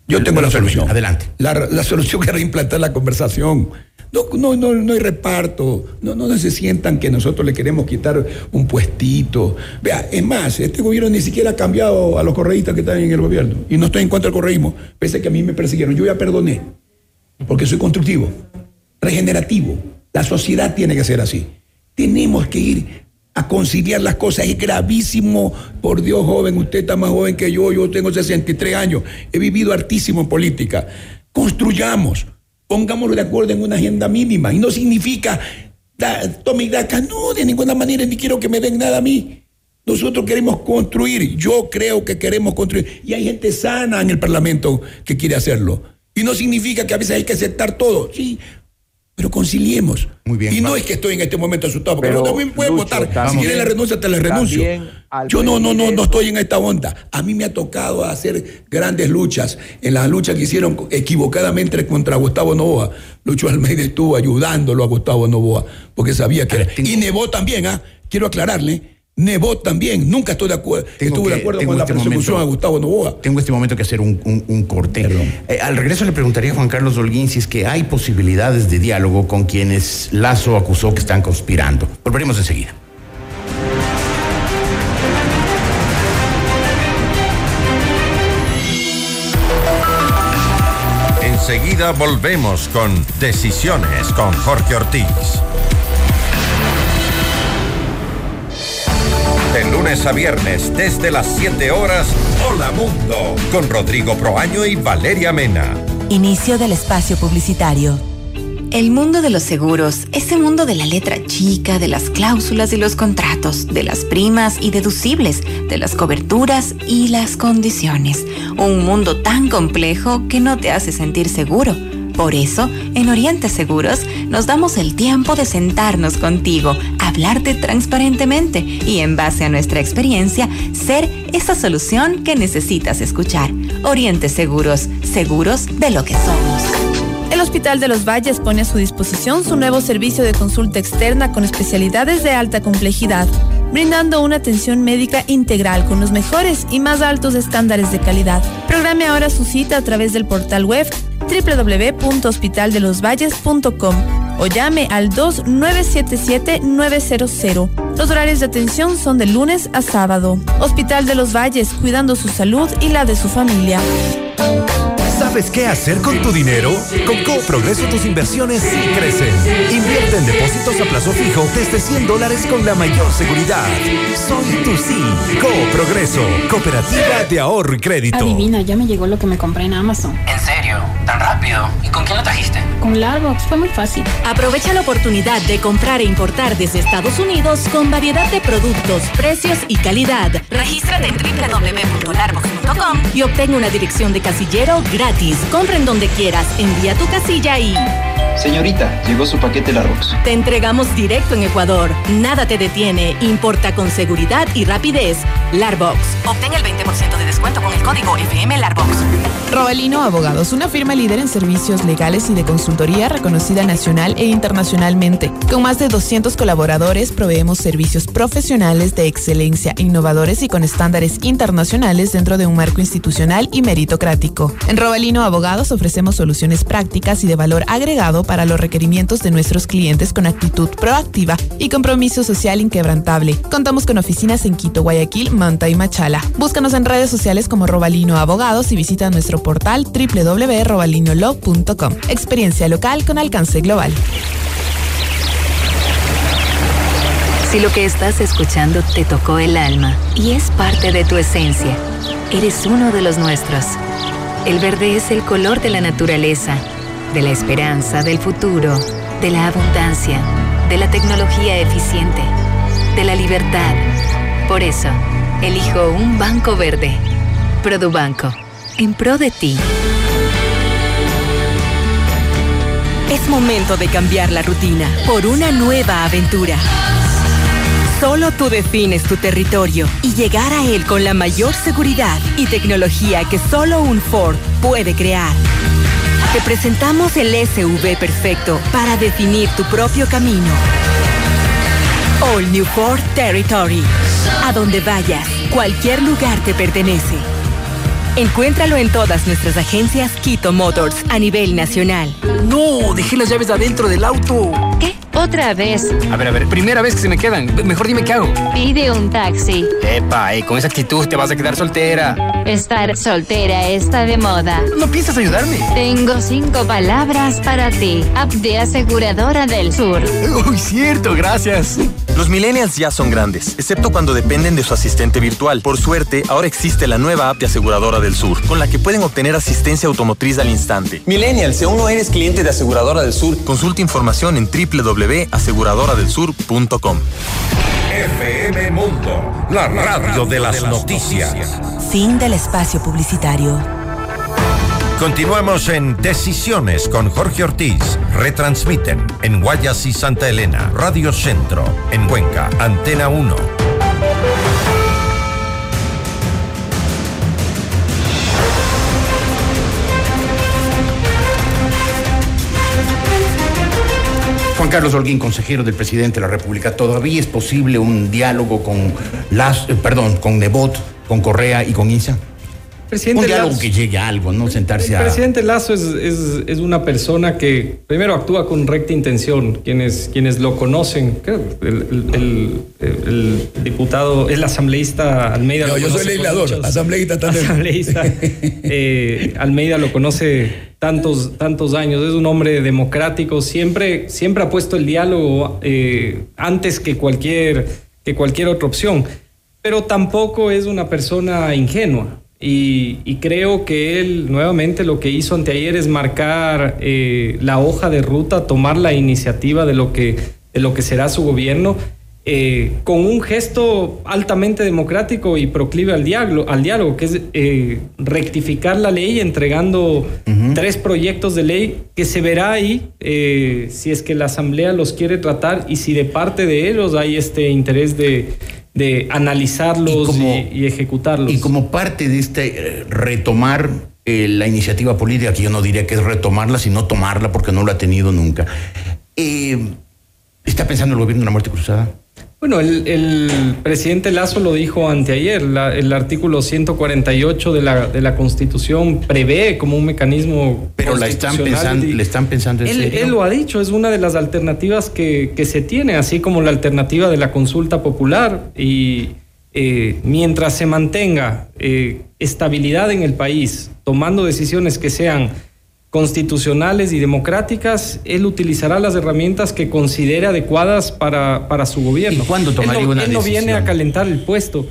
Yo tengo la solución. Adelante. La, la solución es reimplantar la conversación. No, no, no, no hay reparto. No, no se sientan que nosotros le queremos quitar un puestito. Vea, es más, este gobierno ni siquiera ha cambiado a los correístas que están en el gobierno. Y no estoy en contra del correísmo, pese a que a mí me persiguieron. Yo ya perdoné, porque soy constructivo, regenerativo. La sociedad tiene que ser así. Tenemos que ir a conciliar las cosas. Es gravísimo. Por Dios, joven, usted está más joven que yo. Yo tengo sesenta y tres años. He vivido hartísimo en política. Construyamos. Pongámoslo de acuerdo en una agenda mínima. Y no significa da, tome y daca. No, de ninguna manera, ni quiero que me den nada a mí. Nosotros queremos construir. Yo creo que queremos construir. Y hay gente sana en el Parlamento que quiere hacerlo. Y no significa que a veces hay que aceptar todo. Sí, pero conciliemos. Muy bien. Y no es que estoy en este momento asustado, porque Pero, no también pueden Lucho, votar. también, si quieren la renuncia, te la renuncio. Yo no, no, no, no estoy en esta onda. A mí me ha tocado hacer grandes luchas. En las luchas que hicieron equivocadamente contra Gustavo Noboa, Lucho Almeida estuvo ayudándolo a Gustavo Noboa, porque sabía que era. Y Nebot también, ¿ah? Quiero aclararle. Nebot también, nunca estoy de acuerdo, estuve que, de acuerdo con la este persecución momento, a Gustavo Noboa. Tengo este momento que hacer un, un, un corte. Eh, al regreso le preguntaría a Juan Carlos Holguín si es que hay posibilidades de diálogo con quienes Lasso acusó que están conspirando. Volveremos enseguida. Enseguida volvemos con Decisiones con Jorge Ortiz. De lunes a viernes, desde las siete horas, Hola Mundo, con Rodrigo Proaño y Valeria Mena. Inicio del espacio publicitario. El mundo de los seguros, ese mundo de la letra chica, de las cláusulas y los contratos, de las primas y deducibles, de las coberturas y las condiciones. Un mundo tan complejo que no te hace sentir seguro. Por eso, en Oriente Seguros, nos damos el tiempo de sentarnos contigo, hablarte transparentemente y, en base a nuestra experiencia, ser esa solución que necesitas escuchar. Oriente Seguros, seguros de lo que somos. El Hospital de los Valles pone a su disposición su nuevo servicio de consulta externa con especialidades de alta complejidad, brindando una atención médica integral con los mejores y más altos estándares de calidad. Programe ahora su cita a través del portal web doble u doble u doble u punto hospital de los valles punto com o llame al dos nueve siete siete nueve cero cero. Los horarios de atención son de lunes a sábado. Hospital de los Valles, cuidando su salud y la de su familia. ¿Sabes qué hacer con tu dinero? Con CoProgreso tus inversiones sí crecen. Invierte en depósitos a plazo fijo desde cien dólares con la mayor seguridad. Soy tu sí. CoProgreso, Cooperativa de Ahorro y Crédito. Adivina, ya me llegó lo que me compré en Amazon. ¿En serio? ¿Tan rápido? ¿Y con quién lo trajiste? Con Larbox, fue muy fácil. Aprovecha la oportunidad de comprar e importar desde Estados Unidos con variedad de productos, precios y calidad. Regístrate en doble u doble u doble u punto larbox punto com y obtén una dirección de casillero gratis. Compra en donde quieras, envía tu casilla y... Señorita, llegó su paquete Larbox. Te entregamos directo en Ecuador. Nada te detiene. Importa con seguridad y rapidez. Larbox. Obtén el veinte por ciento de descuento con el código F M Larbox. Robalino Abogados, una firma líder en servicios legales y de consultoría reconocida nacional e internacionalmente. Con más de doscientos colaboradores, proveemos servicios profesionales de excelencia, innovadores y con estándares internacionales dentro de un marco institucional y meritocrático. En Robalino Abogados ofrecemos soluciones prácticas y de valor agregado para los requerimientos de nuestros clientes con actitud proactiva y compromiso social inquebrantable. Contamos con oficinas en Quito, Guayaquil, Manta y Machala. Búscanos en redes sociales como Robalino Abogados y visita nuestro portal doble u doble u doble u punto robalino law punto com. Experiencia local con alcance global. Si lo que estás escuchando te tocó el alma y es parte de tu esencia, eres uno de los nuestros. El verde es el color de la naturaleza, de la esperanza, del futuro, de la abundancia, de la tecnología eficiente, de la libertad. Por eso, elijo un banco verde. Produbanco, en pro de ti. Es momento de cambiar la rutina por una nueva aventura. Solo tú defines tu territorio y llegar a él con la mayor seguridad y tecnología que solo un Ford puede crear. Te presentamos el S U V perfecto para definir tu propio camino. All New Ford Territory. A donde vayas, cualquier lugar te pertenece. Encuéntralo en todas nuestras agencias Quito Motors a nivel nacional. No, dejé las llaves adentro del auto. ¿Qué? ¿Otra vez? A ver, a ver, primera vez que se me quedan. Mejor dime qué hago. Pide un taxi. Epa, eh, con esa actitud te vas a quedar soltera. Estar soltera está de moda. ¿No piensas ayudarme? Tengo cinco palabras para ti. App de Aseguradora del Sur. Uy, cierto, gracias. Los millennials ya son grandes, excepto cuando dependen de su asistente virtual. Por suerte, ahora existe la nueva app de Aseguradora del Sur, con la que pueden obtener asistencia automotriz al instante. Millennial, si aún no eres cliente de Aseguradora del Sur, consulta información en doble u doble u doble u punto aseguradora del sur punto com. F M Mundo, la radio de las noticias. Fin del espacio publicitario. Continuamos en Decisiones con Jorge Ortiz. Retransmiten en Guayas y Santa Elena, Radio Centro, en Cuenca, Antena uno. Juan Carlos Holguín, consejero del presidente de la República, ¿todavía es posible un diálogo con las, eh, perdón, con Nebot, con Correa y con I N S A? Presidente un diálogo Lazo, que llegue a algo, no sentarse el a... El presidente Lazo es, es, es una persona que primero actúa con recta intención. Quienes, quienes lo conocen, el, el, el, el diputado, el asambleísta Almeida... No, yo soy legislador, asambleísta también. Asambleísta eh, Almeida lo conoce tantos, tantos años, es un hombre democrático, siempre, siempre ha puesto el diálogo eh, antes que cualquier, que cualquier otra opción, pero tampoco es una persona ingenua. Y, y creo que él nuevamente lo que hizo anteayer es marcar eh, la hoja de ruta, tomar la iniciativa de lo que, de lo que será su gobierno, eh, con un gesto altamente democrático y proclive al diálogo, al diálogo que es eh, rectificar la ley entregando uh-huh. tres proyectos de ley que se verá ahí eh, si es que la Asamblea los quiere tratar y si de parte de ellos hay este interés de... de analizarlos y, como, y, y ejecutarlos. Y como parte de este eh, retomar eh, la iniciativa política, que yo no diría que es retomarla, sino tomarla porque no lo ha tenido nunca. Eh, ¿Está pensando el gobierno en una muerte cruzada? Bueno, el, el presidente Lazo lo dijo anteayer, la, el artículo ciento cuarenta y ocho de la, de la Constitución prevé como un mecanismo. Pero la están pensando, le están pensando en él, serio. Él lo ha dicho, es una de las alternativas que, que se tiene, así como la alternativa de la consulta popular. Y eh, mientras se mantenga eh, estabilidad en el país, tomando decisiones que sean constitucionales y democráticas, él utilizará las herramientas que considere adecuadas para, para su gobierno. ¿Y cuándo tomaría él no, una él no decisión? viene a calentar el puesto.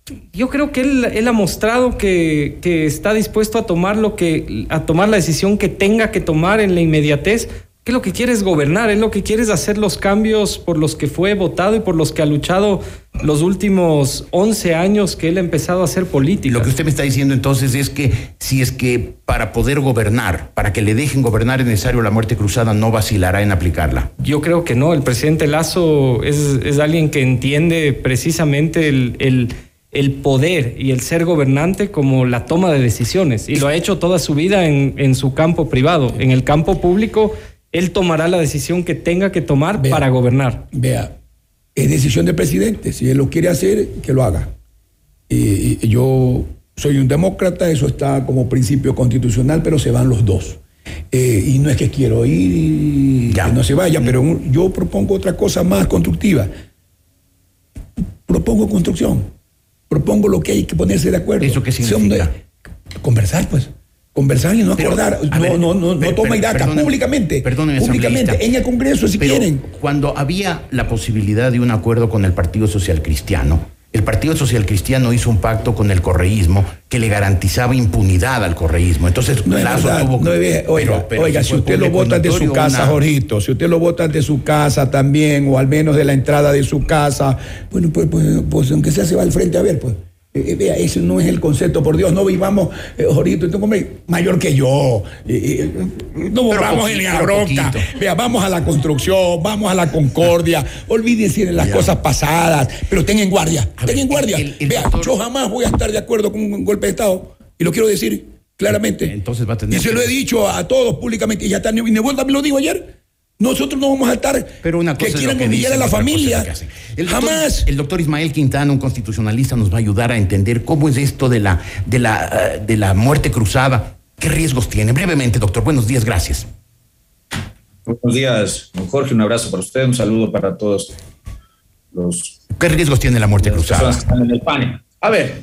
Yo creo que él, él ha mostrado que, que está dispuesto a tomar, lo que, a tomar la decisión que tenga que tomar en la inmediatez, que lo que quiere es gobernar, él lo que quiere es hacer los cambios por los que fue votado y por los que ha luchado los últimos once años que él ha empezado a hacer política. Lo que usted me está diciendo entonces es que si es que para poder gobernar, para que le dejen gobernar es necesario la muerte cruzada, no vacilará en aplicarla. Yo creo que no, el presidente Lazo es, es alguien que entiende precisamente el, el, el poder y el ser gobernante como la toma de decisiones, y lo ha hecho toda su vida en, en su campo privado. En el campo público él tomará la decisión que tenga que tomar vea, para gobernar. Vea, es decisión del presidente. Si él lo quiere hacer, que lo haga. Y, y yo soy un demócrata, eso está como principio constitucional, pero se van los dos. Eh, y no es que quiero ir y ya. que no se vaya, pero un, yo propongo otra cosa más constructiva. Propongo construcción. Propongo lo que hay que ponerse de acuerdo. ¿Eso qué significa? Son, conversar, pues. Conversar y no pero, acordar, no, ver, no, no, no toma iraca, públicamente, perdóneme, públicamente, en el Congreso si pero quieren. Cuando había la posibilidad de un acuerdo con el Partido Social Cristiano, el Partido Social Cristiano hizo un pacto con el correísmo que le garantizaba impunidad al correísmo. Entonces, no Lazo verdad, tuvo... No es, oiga, pero, pero oiga si, si usted lo vota de su casa, una... Jorgito, si usted lo vota de su casa también, o al menos de la entrada de su casa, bueno, pues, pues, pues aunque sea se va al frente a ver, pues. Eh, vea, ese no es el concepto, por Dios, no vivamos, eh, Jorito, este hombre mayor que yo, eh, eh, no vamos en la bronca, vea, vamos a la construcción, vamos a la concordia, olvídense de las ya. cosas pasadas, pero tengan guardia, tengan guardia, el, el vea, doctor... yo jamás voy a estar de acuerdo con un golpe de Estado, y lo quiero decir claramente, entonces va a tener y se lo he dicho a todos públicamente, y ya está, y Nebot también lo dijo ayer, Nosotros no vamos a estar Pero una cosa que es lo quieran que humillar dicen, a la otra cosa es familia. lo que hacen. El doctor, Jamás. el doctor Ismael Quintana, un constitucionalista, nos va a ayudar a entender cómo es esto de la, de la, uh, de la muerte cruzada. ¿Qué riesgos tiene? Brevemente, doctor. Buenos días, gracias. Buenos días, don Jorge. Un abrazo para usted, un saludo para todos los... ¿Qué riesgos tiene la muerte cruzada? Personas que están en el panel. A ver,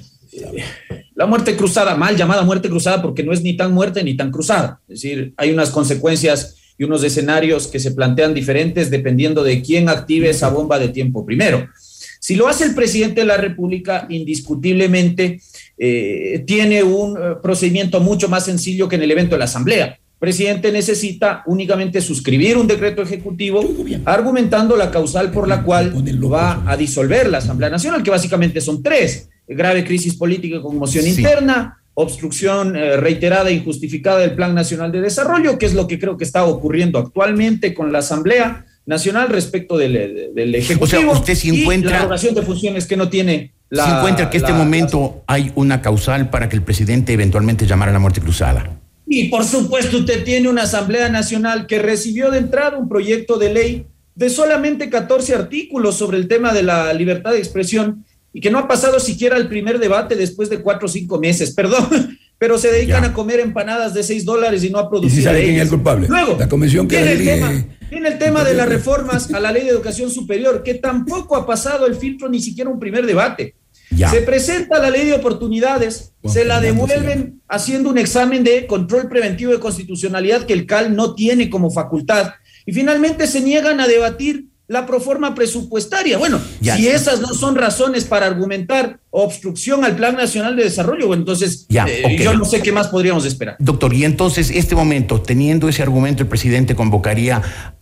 la muerte cruzada, mal llamada muerte cruzada porque no es ni tan muerte ni tan cruzada. Es decir, hay unas consecuencias y unos escenarios que se plantean diferentes dependiendo de quién active esa bomba de tiempo primero. Si lo hace el presidente de la República, indiscutiblemente eh, tiene un eh, procedimiento mucho más sencillo que en el evento de la Asamblea. El presidente necesita únicamente suscribir un decreto ejecutivo argumentando la causal por la cual va a disolver la Asamblea Nacional, que básicamente son tres: grave crisis política con conmoción sí. interna, obstrucción eh, reiterada e injustificada del Plan Nacional de Desarrollo, que es lo que creo que está ocurriendo actualmente con la Asamblea Nacional respecto del, del Ejecutivo. O sea, usted se encuentra... Y la rogación de funciones que no tiene la... ¿Se encuentra que en este la, momento la, hay una causal para que el presidente eventualmente llamara a la muerte cruzada? Y por supuesto usted tiene una Asamblea Nacional que recibió de entrada un proyecto de ley de solamente catorce artículos sobre el tema de la libertad de expresión y que no ha pasado siquiera el primer debate después de cuatro o cinco meses, perdón, pero se dedican ya. a comer empanadas de seis dólares y no a producir. ¿Y si sabe quién es el culpable? Luego, la comisión que tiene, el dirige... tema, tiene el tema de las reformas a la Ley de Educación Superior, que tampoco ha pasado el filtro ni siquiera un primer debate. Ya. Se presenta la Ley de Oportunidades, Juan se la devuelven haciendo un examen de control preventivo de constitucionalidad que el C A L no tiene como facultad, y finalmente se niegan a debatir la proforma presupuestaria. Bueno, ya, si esas no son razones para argumentar obstrucción al Plan Nacional de Desarrollo, bueno, entonces ya, eh, okay. yo no sé qué más podríamos esperar. Doctor, y entonces, este momento, teniendo ese argumento, el presidente convocaría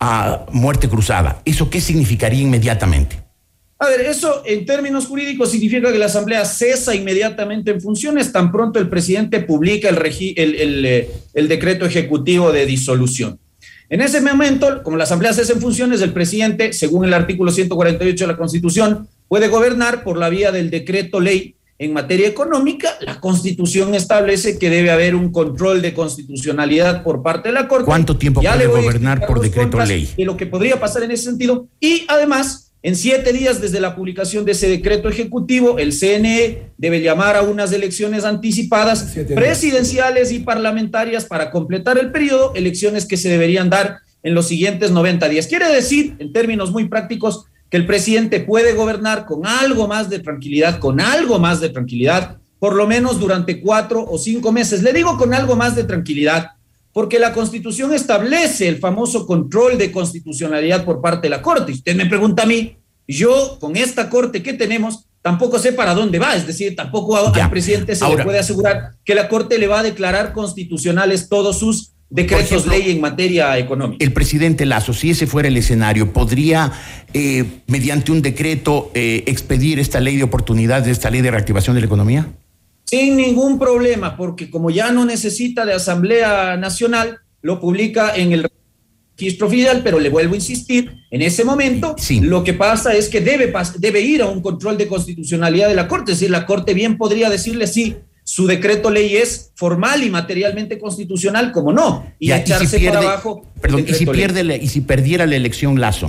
a muerte cruzada. ¿Eso qué significaría inmediatamente? A ver, eso en términos jurídicos significa que la Asamblea cesa inmediatamente en funciones tan pronto el presidente publica el, regi- el, el, el, el decreto ejecutivo de disolución. En ese momento, como la Asamblea cesa en funciones, el presidente, según el artículo ciento cuarenta y ocho de la Constitución, puede gobernar por la vía del decreto ley. En materia económica, la Constitución establece que debe haber un control de constitucionalidad por parte de la Corte. ¿Cuánto tiempo ya puede gobernar por decreto ley? De lo que podría pasar en ese sentido. Y además, en siete días desde la publicación de ese decreto ejecutivo, el C N E debe llamar a unas elecciones anticipadas presidenciales y parlamentarias para completar el periodo, elecciones que se deberían dar en los siguientes noventa días. Quiere decir, en términos muy prácticos, que el presidente puede gobernar con algo más de tranquilidad, con algo más de tranquilidad, por lo menos durante cuatro o cinco meses. Le digo con algo más de tranquilidad, porque la Constitución establece el famoso control de constitucionalidad por parte de la Corte. Y usted me pregunta a mí, yo con esta Corte que tenemos, tampoco sé para dónde va, es decir, tampoco a, al presidente se Ahora, le puede asegurar que la Corte le va a declarar constitucionales todos sus decretos ejemplo, ley en materia económica. El presidente Lasso, si ese fuera el escenario, ¿podría, eh, mediante un decreto, eh, expedir esta ley de oportunidades, esta ley de reactivación de la economía? Sin ningún problema, porque como ya no necesita de Asamblea Nacional, lo publica en el registro oficial, pero le vuelvo a insistir, en ese momento sí. lo que pasa es que debe, debe ir a un control de constitucionalidad de la Corte, es decir, la Corte bien podría decirle sí, su decreto ley es formal y materialmente constitucional, como no, y ya, echarse y si pierde, para abajo. Perdón, y si, pierde la, y si perdiera la elección Lasso,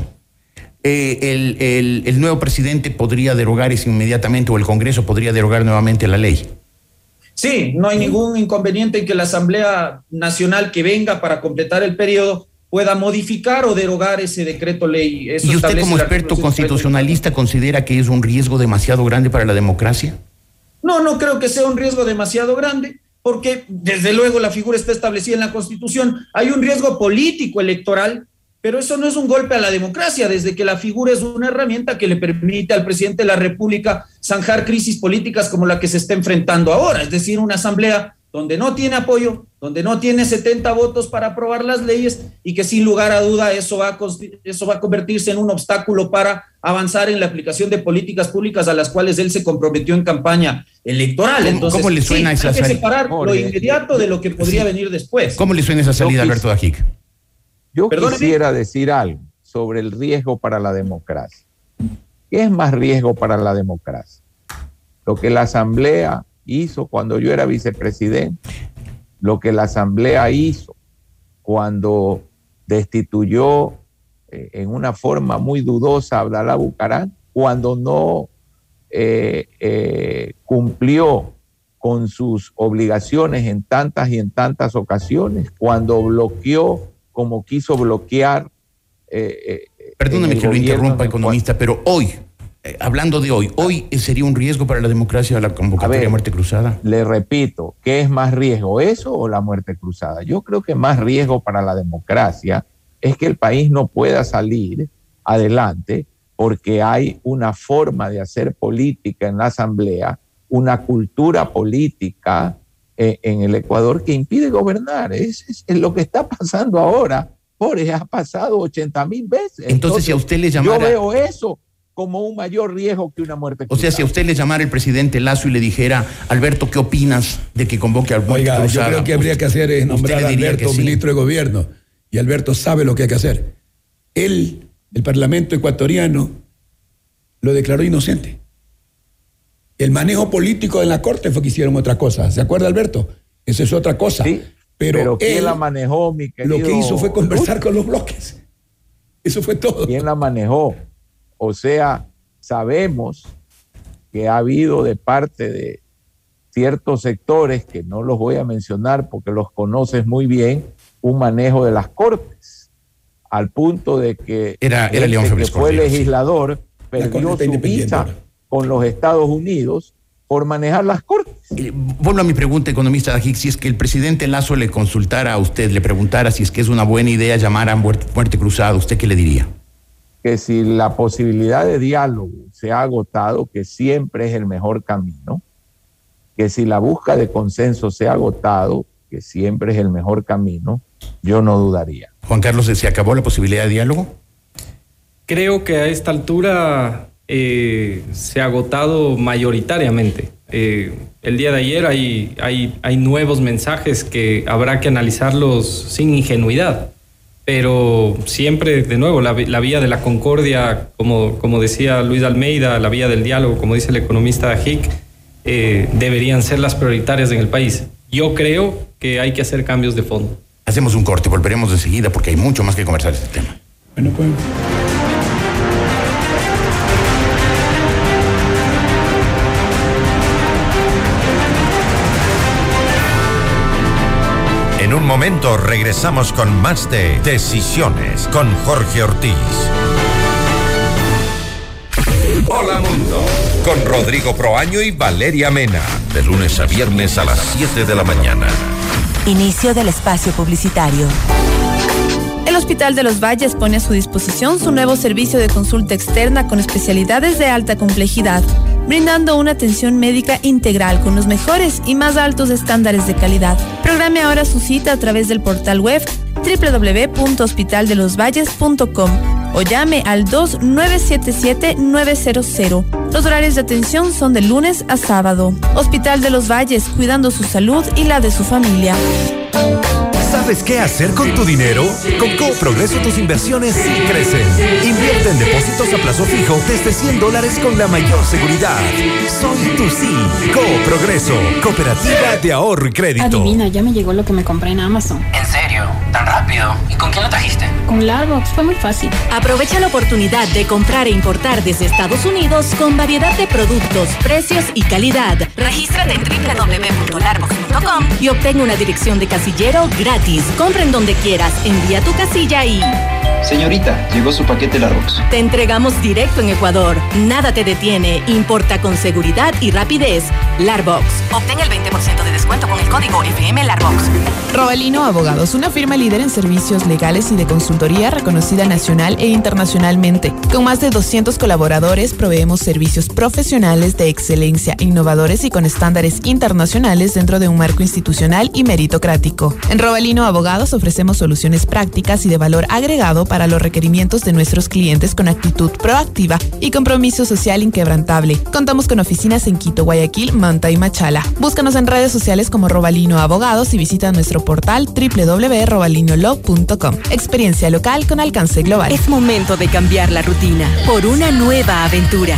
eh, el, el, el nuevo presidente podría derogar eso inmediatamente, o el Congreso podría derogar nuevamente la ley. Sí, no hay ningún inconveniente en que la Asamblea Nacional que venga para completar el periodo pueda modificar o derogar ese decreto ley. Eso ¿Y usted como experto constitucionalista considera que es un riesgo demasiado grande para la democracia? No, no creo que sea un riesgo demasiado grande, porque desde luego la figura está establecida en la Constitución. Hay un riesgo político electoral, pero eso no es un golpe a la democracia, desde que la figura es una herramienta que le permite al presidente de la República zanjar crisis políticas como la que se está enfrentando ahora, es decir, una asamblea donde no tiene apoyo, donde no tiene setenta votos para aprobar las leyes y que sin lugar a duda eso va a, eso va a convertirse en un obstáculo para avanzar en la aplicación de políticas públicas a las cuales él se comprometió en campaña electoral. Entonces, ¿cómo le suena sí, esa hay que salida? separar lo inmediato de lo que podría sí. venir después. ¿Cómo le suena esa salida, Alberto Dajic? Yo Perdóneme. quisiera decir algo sobre el riesgo para la democracia. ¿Qué es más riesgo para la democracia? Lo que la Asamblea hizo cuando yo era vicepresidente, lo que la Asamblea hizo cuando destituyó eh, en una forma muy dudosa a Abdalá Bucaram cuando no eh, eh, cumplió con sus obligaciones en tantas y en tantas ocasiones, cuando bloqueó como quiso bloquear. Eh, eh, Perdóname que lo interrumpa, economista, pero hoy, eh, hablando de hoy, ¿hoy sería un riesgo para la democracia la convocatoria de muerte cruzada? Le repito, ¿qué es más riesgo, eso o la muerte cruzada? Yo creo que más riesgo para la democracia es que el país no pueda salir adelante porque hay una forma de hacer política en la Asamblea, una cultura política eh, en el Ecuador que impide gobernar. Es, es, es lo que está pasando ahora. Jorge, ha pasado ochenta mil veces. Entonces, Entonces, si a usted le llamara... Yo veo eso como un mayor riesgo que una muerte cruzada. O sea, si a usted le llamara el presidente Lasso y le dijera, Alberto, ¿qué opinas de que convoque al muerte Oiga, cruzada? Yo creo que habría que hacer es nombrar a Alberto sí. ministro de gobierno. Y Alberto sabe lo que hay que hacer. Él, el Parlamento ecuatoriano, lo declaró inocente. El manejo político en la Corte fue que hicieron otra cosa. ¿Se acuerda, Alberto? Eso es otra cosa. Sí, pero, pero ¿quién él, la manejó, mi querido? Lo que hizo fue conversar con los bloques. Eso fue todo. ¿Quién la manejó? O sea, sabemos que ha habido de parte de ciertos sectores, que no los voy a mencionar porque los conoces muy bien, un manejo de las Cortes, al punto de que, era, era León que fue legislador, perdió su visa con los Estados Unidos por manejar las Cortes. Eh, vuelvo a mi pregunta, economista Dajic, si es que el presidente Lasso le consultara a usted, le preguntara si es que es una buena idea llamar a muerte, muerte cruzada, ¿usted qué le diría? Que si la posibilidad de diálogo se ha agotado, que siempre es el mejor camino, que si la búsqueda de consenso se ha agotado, que siempre es el mejor camino, yo no dudaría. Juan Carlos, ¿se acabó la posibilidad de diálogo? Creo que a esta altura eh, se ha agotado mayoritariamente. Eh, el día de ayer hay, hay, hay nuevos mensajes que habrá que analizarlos sin ingenuidad, pero siempre, de nuevo, la, la vía de la concordia, como, como decía Luis Almeida, la vía del diálogo, como dice el economista Dajic, eh, deberían ser las prioritarias en el país. Yo creo que hay que hacer cambios de fondo. Hacemos un corte, volveremos enseguida porque hay mucho más que conversar de este tema. Bueno, pues... En un momento regresamos con más de Decisiones con Jorge Ortiz. Hola Mundo, con Rodrigo Proaño y Valeria Mena, de lunes a viernes a las siete de la mañana. Inicio del espacio publicitario. El Hospital de los Valles pone a su disposición su nuevo servicio de consulta externa con especialidades de alta complejidad, brindando una atención médica integral con los mejores y más altos estándares de calidad. Programe ahora su cita a través del portal web doble u doble u doble u punto hospital de los valles punto com o llame al dos nueve siete siete nueve cero cero. Los horarios de atención son de lunes a sábado. Hospital de los Valles, cuidando su salud y la de su familia. ¿Sabes qué hacer con tu dinero? Con Coprogreso tus inversiones sí crecen. Invierte en depósitos a plazo fijo desde cien dólares con la mayor seguridad. Soy tu sí. Coprogreso, cooperativa de ahorro y crédito. Adivina, ya me llegó lo que me compré en Amazon. ¿En serio? ¿Tan rápido? ¿Y con quién lo trajiste? Con Larbox, fue muy fácil. Aprovecha la oportunidad de comprar e importar desde Estados Unidos con variedad de productos, precios y calidad. Regístrate en doble u doble u doble u punto larbox punto com y obtén una dirección de casillero gratis. Compra en donde quieras, envía tu casilla y... Señorita, llegó su paquete Larbox. Te entregamos directo en Ecuador. Nada te detiene. Importa con seguridad y rapidez. Larbox. Obtén el veinte por ciento de descuento con el código F M Larbox. Robalino Abogados, una firma líder en servicios legales y de consultoría reconocida nacional e internacionalmente. Con más de doscientos colaboradores, proveemos servicios profesionales de excelencia, innovadores y con estándares internacionales dentro de un marco institucional y meritocrático. En Robalino Abogados ofrecemos soluciones prácticas y de valor agregado para los requerimientos de nuestros clientes con actitud proactiva y compromiso social inquebrantable. Contamos con oficinas en Quito, Guayaquil, Manta y Machala. Búscanos en redes sociales como Robalino Abogados y visita nuestro portal doble u doble u doble u punto robalino law punto com. Experiencia local con alcance global. Es momento de cambiar la rutina por una nueva aventura.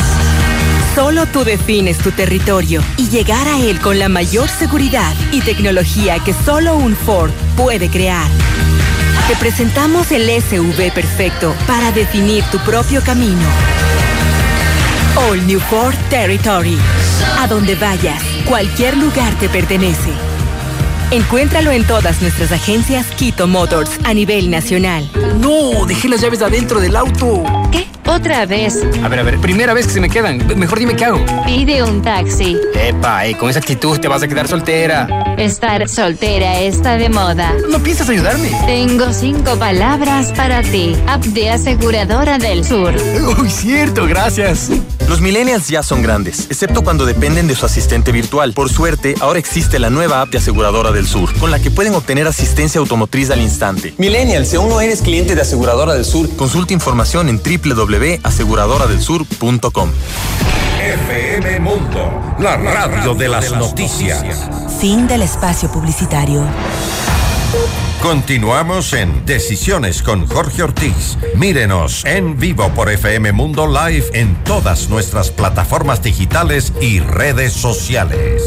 Solo tú defines tu territorio y llegar a él con la mayor seguridad y tecnología que solo un Ford puede crear. Te presentamos el S U V perfecto para definir tu propio camino. All New Ford Territory. A donde vayas, cualquier lugar te pertenece. Encuéntralo en todas nuestras agencias Quito Motors a nivel nacional. No, dejé las llaves adentro del auto. ¿Qué? ¿Otra vez? A ver, a ver, primera vez que se me quedan. Mejor dime qué hago. Pide un taxi. Epa, eh, con esa actitud te vas a quedar soltera. Estar soltera está de moda. ¿No piensas ayudarme? Tengo cinco palabras para ti. App de Aseguradora del Sur. Uy, cierto, gracias. Los millennials ya son grandes, excepto cuando dependen de su asistente virtual. Por suerte, ahora existe la nueva app de Aseguradora del Sur, con la que pueden obtener asistencia automotriz al instante. Millennial, si aún no eres cliente de Aseguradora del Sur, consulta información en doble u doble u doble u punto aseguradora del sur punto com. F M Mundo, la radio de las noticias. Fin del espacio publicitario. Continuamos en Decisiones con Jorge Ortiz. Mírenos en vivo por F M Mundo Live en todas nuestras plataformas digitales y redes sociales.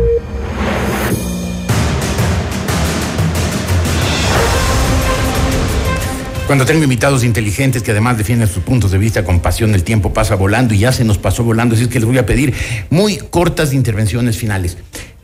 Cuando tengo invitados inteligentes que además defienden sus puntos de vista con pasión, el tiempo pasa volando y ya se nos pasó volando, así es que les voy a pedir muy cortas intervenciones finales.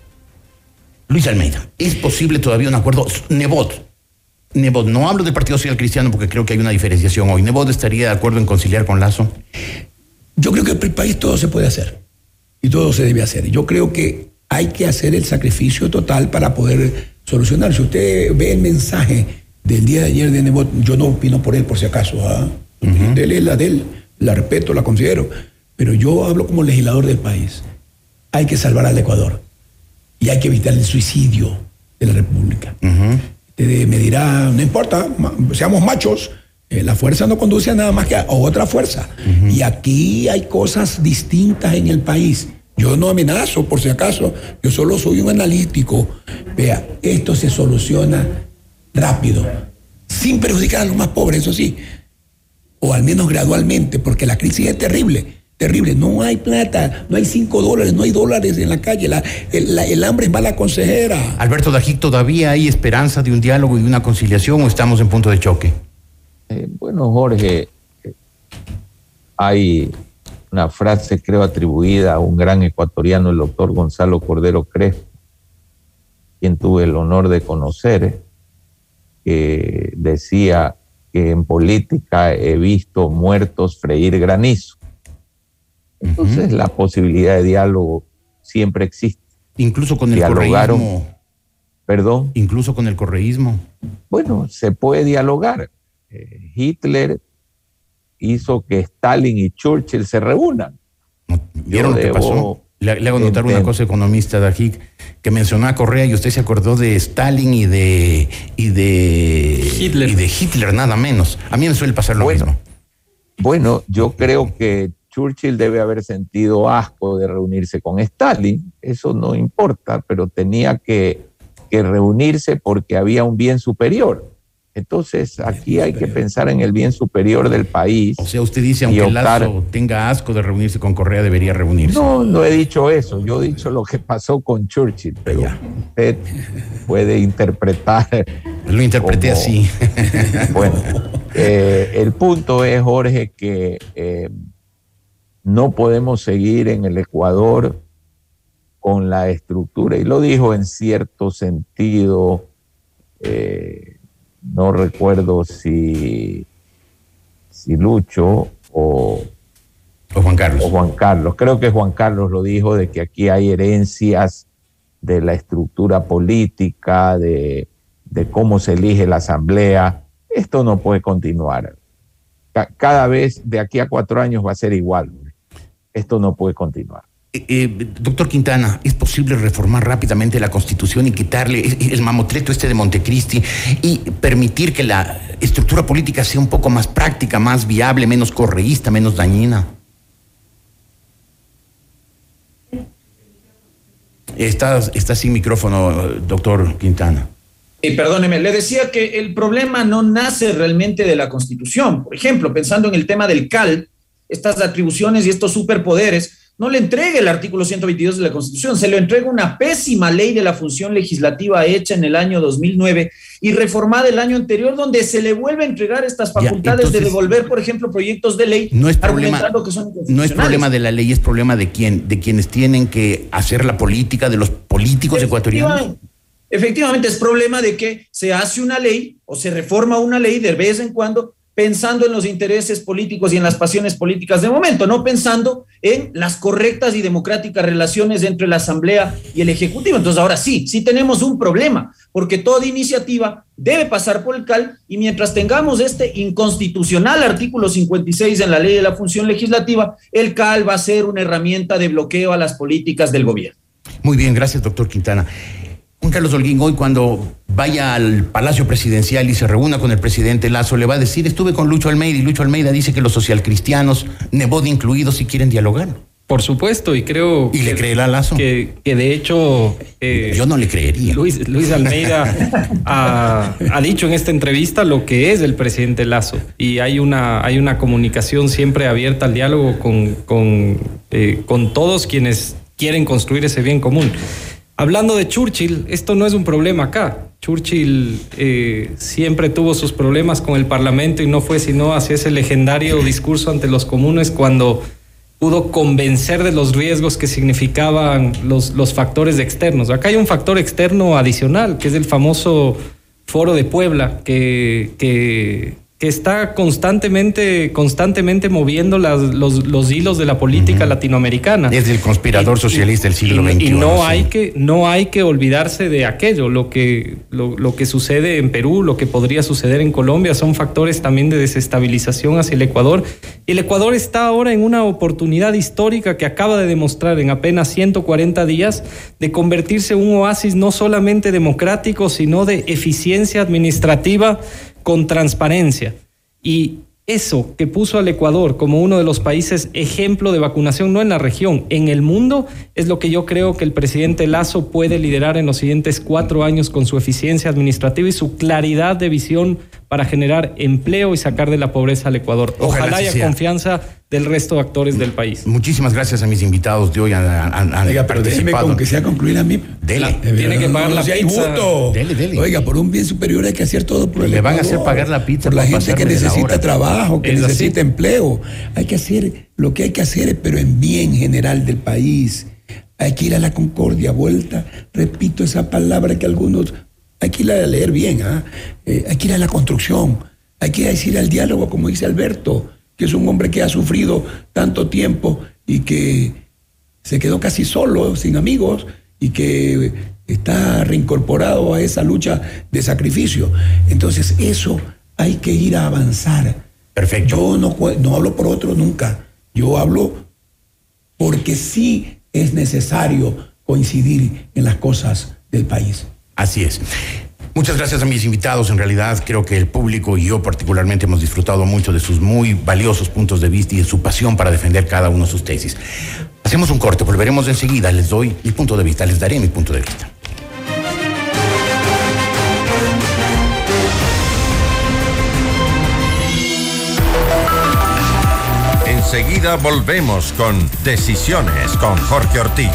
Luis Almeida, ¿es posible todavía un acuerdo? Nebot, Nebot, no hablo del Partido Social Cristiano porque creo que hay una diferenciación hoy. ¿Nebot estaría de acuerdo en conciliar con Lazo? Yo creo que en el país todo se puede hacer y todo se debe hacer. Yo creo que hay que hacer el sacrificio total para poder solucionar. Si usted ve el mensaje del día de ayer de Nebot, yo no opino por él por si acaso, ¿ah? Uh-huh. De él es la de él, la respeto, la considero, pero yo hablo como legislador del país. Hay que salvar al Ecuador y hay que evitar el suicidio de la República. Uh-huh. Usted me dirá, no importa, seamos machos, eh, la fuerza no conduce a nada más que a otra fuerza. Uh-huh. Y aquí hay cosas distintas en el país. Yo no amenazo, por si acaso, yo solo soy un analítico. Vea, esto se soluciona rápido, sin perjudicar a los más pobres, eso sí, o al menos gradualmente, porque la crisis es terrible, terrible. No hay plata, no hay cinco dólares, no hay dólares en la calle, la, el, la, el hambre es mala consejera. Alberto Dajic, ¿todavía hay esperanza de un diálogo y una conciliación o estamos en punto de choque? Eh, bueno, Jorge, eh, hay una frase, creo, atribuida a un gran ecuatoriano, el doctor Gonzalo Cordero Crespo, quien tuve el honor de conocer, que decía que en política he visto muertos freír granizo. Entonces, uh-huh, la posibilidad de diálogo siempre existe. Incluso con el Dialogaron, correísmo. ¿Perdón? Incluso con el correísmo. Bueno, se puede dialogar. Eh, Hitler hizo que Stalin y Churchill se reúnan. ¿Vieron lo que pasó? Le, le hago notar una cosa, economista, Dajic, que mencionó a Correa y usted se acordó de Stalin y de y de Hitler, y de Hitler nada menos. A mí me suele pasar lo bueno, mismo. Bueno, yo creo que Churchill debe haber sentido asco de reunirse con Stalin, eso no importa, pero tenía que, que reunirse porque había un bien superior. Entonces, aquí hay que pensar en el bien superior del país. O sea, usted dice, aunque optar... Lazo tenga asco de reunirse con Correa, debería reunirse. No, no he dicho eso. Yo he dicho lo que pasó con Churchill, pero ya, usted puede interpretar. Lo interpreté como... así. Bueno, eh, el punto es, Jorge, que eh, no podemos seguir en el Ecuador con la estructura, y lo dijo en cierto sentido, eh, no recuerdo si, si Lucho o, o Juan Carlos. O Juan Carlos. Creo que Juan Carlos lo dijo, de que aquí hay herencias de la estructura política, de, de cómo se elige la asamblea. Esto no puede continuar. Cada vez de aquí a cuatro años va a ser igual. Esto no puede continuar. Eh, eh, doctor Quintana, ¿es posible reformar rápidamente la Constitución y quitarle el mamotreto este de Montecristi y permitir que la estructura política sea un poco más práctica, más viable, menos correísta, menos dañina? Está, está sin micrófono, doctor Quintana. Y perdóneme, le decía que el problema no nace realmente de la Constitución. Por ejemplo, pensando en el tema del C A L, estas atribuciones y estos superpoderes no le entregue el artículo ciento veintidós de la Constitución, se le entrega una pésima ley de la función legislativa hecha en el año dos mil nueve y reformada el año anterior, donde se le vuelve a entregar estas facultades ya, entonces, de devolver, por ejemplo, proyectos de ley, no es problema, que son no es problema de la ley, es problema de quién, de quienes tienen que hacer la política, de los políticos ecuatorianos. Efectivamente, es problema de que se hace una ley o se reforma una ley de vez en cuando, pensando en los intereses políticos y en las pasiones políticas de momento, no pensando en las correctas y democráticas relaciones entre la Asamblea y el Ejecutivo. Entonces ahora sí, sí tenemos un problema, porque toda iniciativa debe pasar por el C A L y mientras tengamos este inconstitucional artículo cincuenta y seis en la Ley de la Función Legislativa, el C A L va a ser una herramienta de bloqueo a las políticas del gobierno. Muy bien, gracias, doctor Quintana. Juan Carlos Holguín, hoy cuando vaya al Palacio Presidencial y se reúna con el presidente Lasso, le va a decir, estuve con Lucho Almeida, y Lucho Almeida dice que los socialcristianos, Nebot incluidos, si quieren dialogar. Por supuesto, y creo... ¿Y que, le creerá a Lasso? Que, que de hecho... Eh, Yo no le creería. Luis, Luis Almeida ha, ha dicho en esta entrevista lo que es el presidente Lasso, y hay una, hay una comunicación siempre abierta al diálogo con, con, eh, con todos quienes quieren construir ese bien común. Hablando de Churchill, esto no es un problema acá. Churchill eh, siempre tuvo sus problemas con el Parlamento y no fue sino hacia ese legendario discurso ante los comunes cuando pudo convencer de los riesgos que significaban los, los factores externos. Acá hay un factor externo adicional, que es el famoso Foro de Puebla, que... que que está constantemente, constantemente moviendo las, los, los hilos de la política uh-huh. latinoamericana. Es el conspirador y, socialista del siglo veintiuno. Y no, sí. hay que, no hay que olvidarse de aquello. Lo que, lo, lo que sucede en Perú, lo que podría suceder en Colombia, son factores también de desestabilización hacia el Ecuador. Y el Ecuador está ahora en una oportunidad histórica que acaba de demostrar en apenas ciento cuarenta días de convertirse en un oasis no solamente democrático, sino de eficiencia administrativa con transparencia. Y eso que puso al Ecuador como uno de los países ejemplo de vacunación, no en la región, en el mundo, es lo que yo creo que el presidente Lasso puede liderar en los siguientes cuatro años con su eficiencia administrativa y su claridad de visión para generar empleo y sacar de la pobreza al Ecuador. Ojalá, Ojalá haya sea. confianza del resto de actores del país. Muchísimas gracias a mis invitados de hoy. A, a, a Oiga, pero déjeme con que sea concluir a mí. Dele. La, tiene no, que pagar no, la no, pizza. Dele, dele. Oiga, por un bien superior hay que hacer todo por el Le van Ecuador, a hacer pagar la pizza por la gente que necesita trabajo, que es necesita así. empleo. Hay que hacer lo que hay que hacer, pero en bien general del país. Hay que ir a la concordia, vuelta. Repito esa palabra que algunos... Hay que ir a leer bien, ¿ah? eh, hay que ir a la construcción. Hay que ir al diálogo, como dice Alberto, que es un hombre que ha sufrido tanto tiempo y que se quedó casi solo, sin amigos, y que está reincorporado a esa lucha de sacrificio. Entonces, eso hay que ir a avanzar. Perfecto. Yo no, no hablo por otro nunca. Yo hablo porque sí es necesario coincidir en las cosas del país. Así es. Muchas gracias a mis invitados. En realidad creo que el público y yo particularmente hemos disfrutado mucho de sus muy valiosos puntos de vista y de su pasión para defender cada uno de sus tesis. Hacemos un corte, volveremos enseguida. Les doy mi punto de vista, les daré mi punto de vista. Enseguida volvemos con Decisiones con Jorge Ortiz.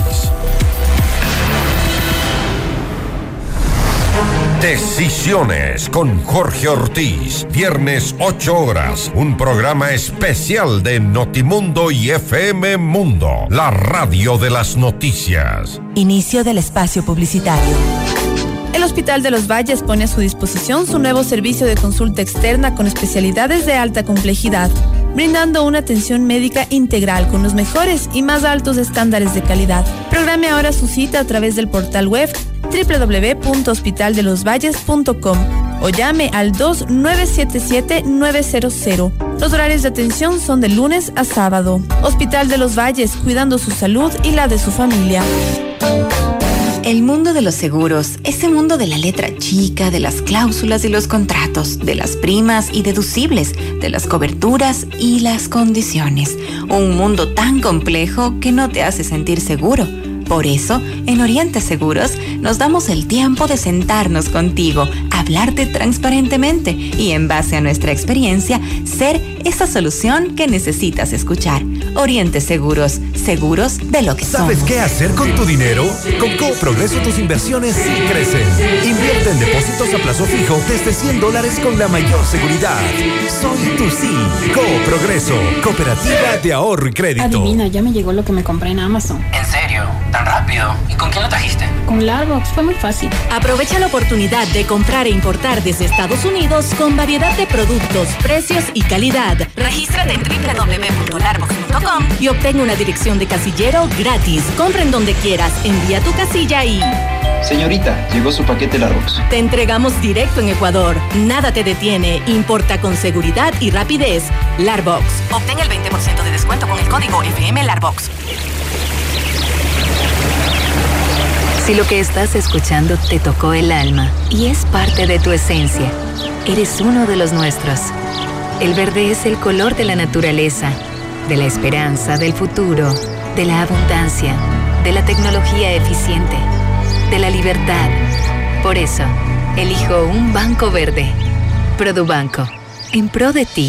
Decisiones con Jorge Ortiz, viernes ocho horas, un programa especial de Notimundo y F M Mundo, la radio de las noticias. Inicio del espacio publicitario. El Hospital de los Valles pone a su disposición su nuevo servicio de consulta externa con especialidades de alta complejidad, brindando una atención médica integral con los mejores y más altos estándares de calidad. Programe ahora su cita a través del portal web doble u doble u doble u punto hospital de los valles punto com o llame al dos nueve siete siete nueve cero cero. Los horarios de atención son de lunes a sábado. Hospital de los Valles, cuidando su salud y la de su familia. El mundo de los seguros, ese mundo de la letra chica, de las cláusulas y los contratos, de las primas y deducibles, de las coberturas y las condiciones. Un mundo tan complejo que no te hace sentir seguro. Por eso, en Oriente Seguros, nos damos el tiempo de sentarnos contigo, hablarte transparentemente y, en base a nuestra experiencia, ser esa solución que necesitas escuchar. Oriente Seguros, seguros de lo que ¿Sabes somos. qué hacer con tu dinero? Con Coprogreso tus inversiones sí crecen. Invierte en depósitos a plazo fijo desde cien dólares con la mayor seguridad. Soy tu sí. Coprogreso, cooperativa de ahorro y crédito. Adivina, ya me llegó lo que me compré en Amazon. ¿En serio? ¿Tan rápido? ¿Y con quién lo trajiste? Con Larbox, fue muy fácil. Aprovecha la oportunidad de comprar e importar desde Estados Unidos con variedad de productos, precios y calidad. Regístrate en doble u doble u doble u punto larbox punto com y obtén una dirección de casillero gratis. Compra en donde quieras, envía tu casilla y... Señorita, llegó su paquete Larbox. Te entregamos directo en Ecuador. Nada te detiene. Importa con seguridad y rapidez. Larbox. Obtén el veinte por ciento de descuento con el código F M Larbox. Si lo que estás escuchando te tocó el alma y es parte de tu esencia, eres uno de los nuestros. El verde es el color de la naturaleza, de la esperanza, del futuro, de la abundancia, de la tecnología eficiente, de la libertad. Por eso, elijo un banco verde. Produbanco, en pro de ti.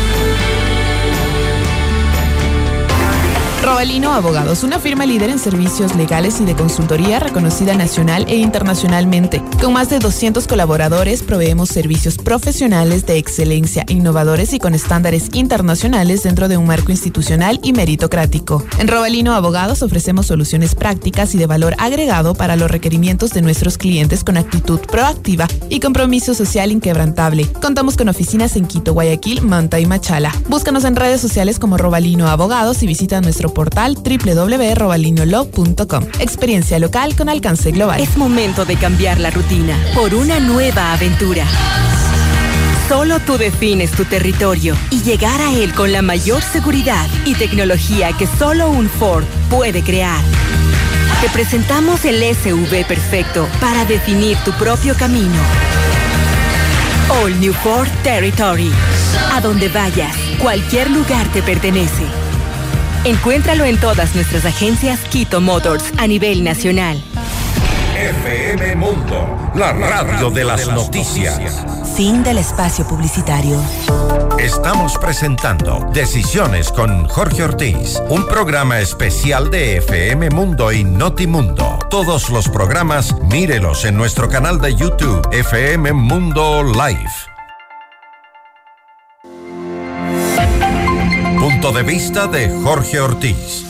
Robalino Abogados, una firma líder en servicios legales y de consultoría reconocida nacional e internacionalmente. Con más de doscientos colaboradores, proveemos servicios profesionales de excelencia, innovadores y con estándares internacionales dentro de un marco institucional y meritocrático. En Robalino Abogados ofrecemos soluciones prácticas y de valor agregado para los requerimientos de nuestros clientes con actitud proactiva y compromiso social inquebrantable. Contamos con oficinas en Quito, Guayaquil, Manta y Machala. Búscanos en redes sociales como Robalino Abogados y visita nuestro portal doble u doble u doble u punto robalino law punto com. Experiencia local con alcance global. Es momento de cambiar la rutina por una nueva aventura. Solo tú defines tu territorio y llegar a él con la mayor seguridad y tecnología que solo un Ford puede crear. Te presentamos el S U V perfecto para definir tu propio camino. All New Ford Territory. A donde vayas, cualquier lugar te pertenece. Encuéntralo en todas nuestras agencias Quito Motors a nivel nacional. F M Mundo, la radio de las noticias. Fin del espacio publicitario. Estamos presentando Decisiones con Jorge Ortiz, un programa especial de F M Mundo y Notimundo. Todos los programas, mírelos en nuestro canal de YouTube, F M Mundo Live. Punto de vista de Jorge Ortiz.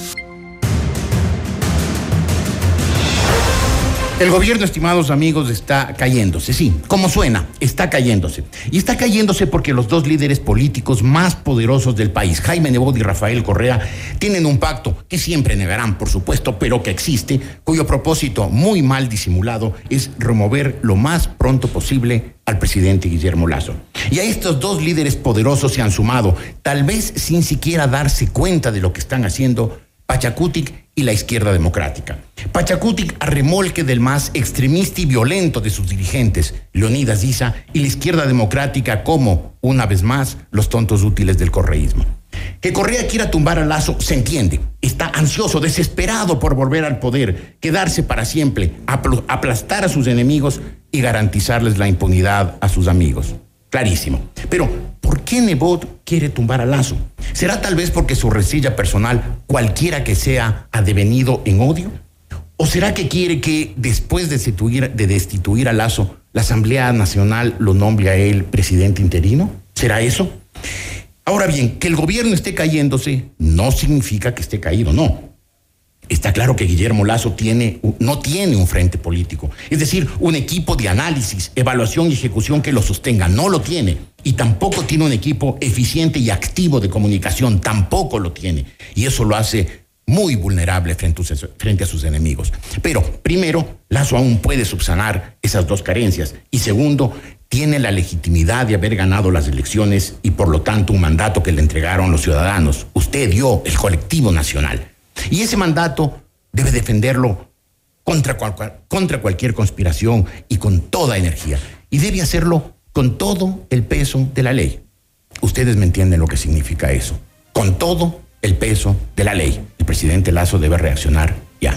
El gobierno, estimados amigos, está cayéndose, sí, como suena, está cayéndose. Y está cayéndose porque los dos líderes políticos más poderosos del país, Jaime Nebot y Rafael Correa, tienen un pacto que siempre negarán, por supuesto, pero que existe, cuyo propósito, muy mal disimulado, es remover lo más pronto posible al presidente Guillermo Lasso. Y a estos dos líderes poderosos se han sumado, tal vez sin siquiera darse cuenta de lo que están haciendo, Pachacutic y la izquierda democrática. Pachacutic a remolque del más extremista y violento de sus dirigentes, Leonidas Issa, y la izquierda democrática como, una vez más, los tontos útiles del correísmo. Que Correa quiera tumbar a Lasso se entiende. Está ansioso, desesperado por volver al poder, quedarse para siempre, apl- aplastar a sus enemigos y garantizarles la impunidad a sus amigos. Clarísimo. Pero, ¿por qué Nebot quiere tumbar a Lasso? ¿Será tal vez porque su rencilla personal, cualquiera que sea, ha devenido en odio? ¿O será que quiere que, después de destituir, de destituir a Lasso, la Asamblea Nacional lo nombre a él presidente interino? ¿Será eso? Ahora bien, que el gobierno esté cayéndose no significa que esté caído, no. Está claro que Guillermo Lasso tiene, no tiene un frente político, es decir, un equipo de análisis, evaluación y ejecución que lo sostenga, no lo tiene. Y tampoco tiene un equipo eficiente y activo de comunicación, tampoco lo tiene. Y eso lo hace muy vulnerable frente a sus, frente a sus enemigos. Pero, primero, Lasso aún puede subsanar esas dos carencias. Y segundo, tiene la legitimidad de haber ganado las elecciones y por lo tanto un mandato que le entregaron los ciudadanos. Usted dio el colectivo nacional. Y ese mandato debe defenderlo contra, cual, contra cualquier conspiración y con toda energía. Y debe hacerlo con todo el peso de la ley. Ustedes me entienden lo que significa eso. Con todo el peso de la ley. El presidente Lasso debe reaccionar ya.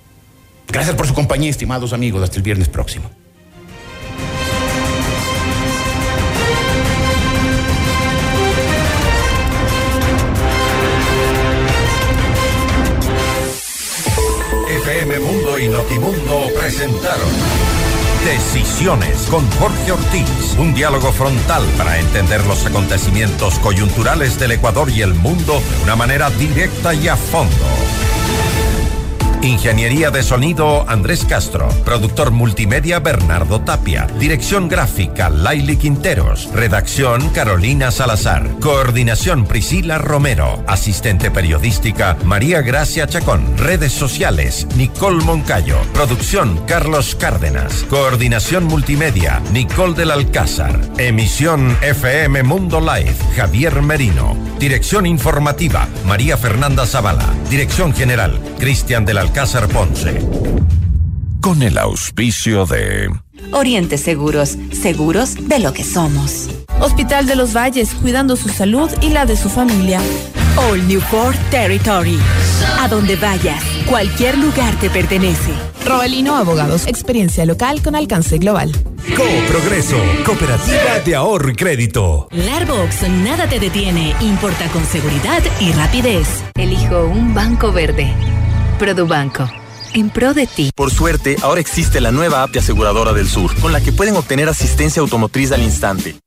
Gracias por su compañía, estimados amigos. Hasta el viernes próximo. Telemundo y Notimundo presentaron Decisiones con Jorge Ortiz. Un diálogo frontal para entender los acontecimientos coyunturales del Ecuador y el mundo de una manera directa y a fondo. Ingeniería de sonido Andrés Castro. Productor multimedia Bernardo Tapia. Dirección gráfica Laili Quinteros. Redacción Carolina Salazar. Coordinación Priscila Romero. Asistente periodística María Gracia Chacón. Redes sociales Nicole Moncayo. Producción Carlos Cárdenas. Coordinación multimedia Nicole del Alcázar. Emisión F M Mundo Live Javier Merino. Dirección informativa María Fernanda Zavala. Dirección general Cristian del Alcázar Ponce. Con el auspicio de Oriente Seguros, seguros de lo que somos. Hospital de los Valles, cuidando su salud y la de su familia. All New Ford Territory. A donde vayas, cualquier lugar te pertenece. Robalino Abogados, experiencia local con alcance global. Coprogreso, cooperativa de ahorro y crédito. Larbox, nada te detiene, importa con seguridad y rapidez. Elijo un banco verde. Produbanco, en pro de ti. Por suerte, ahora existe la nueva app de Aseguradora del Sur, con la que pueden obtener asistencia automotriz al instante.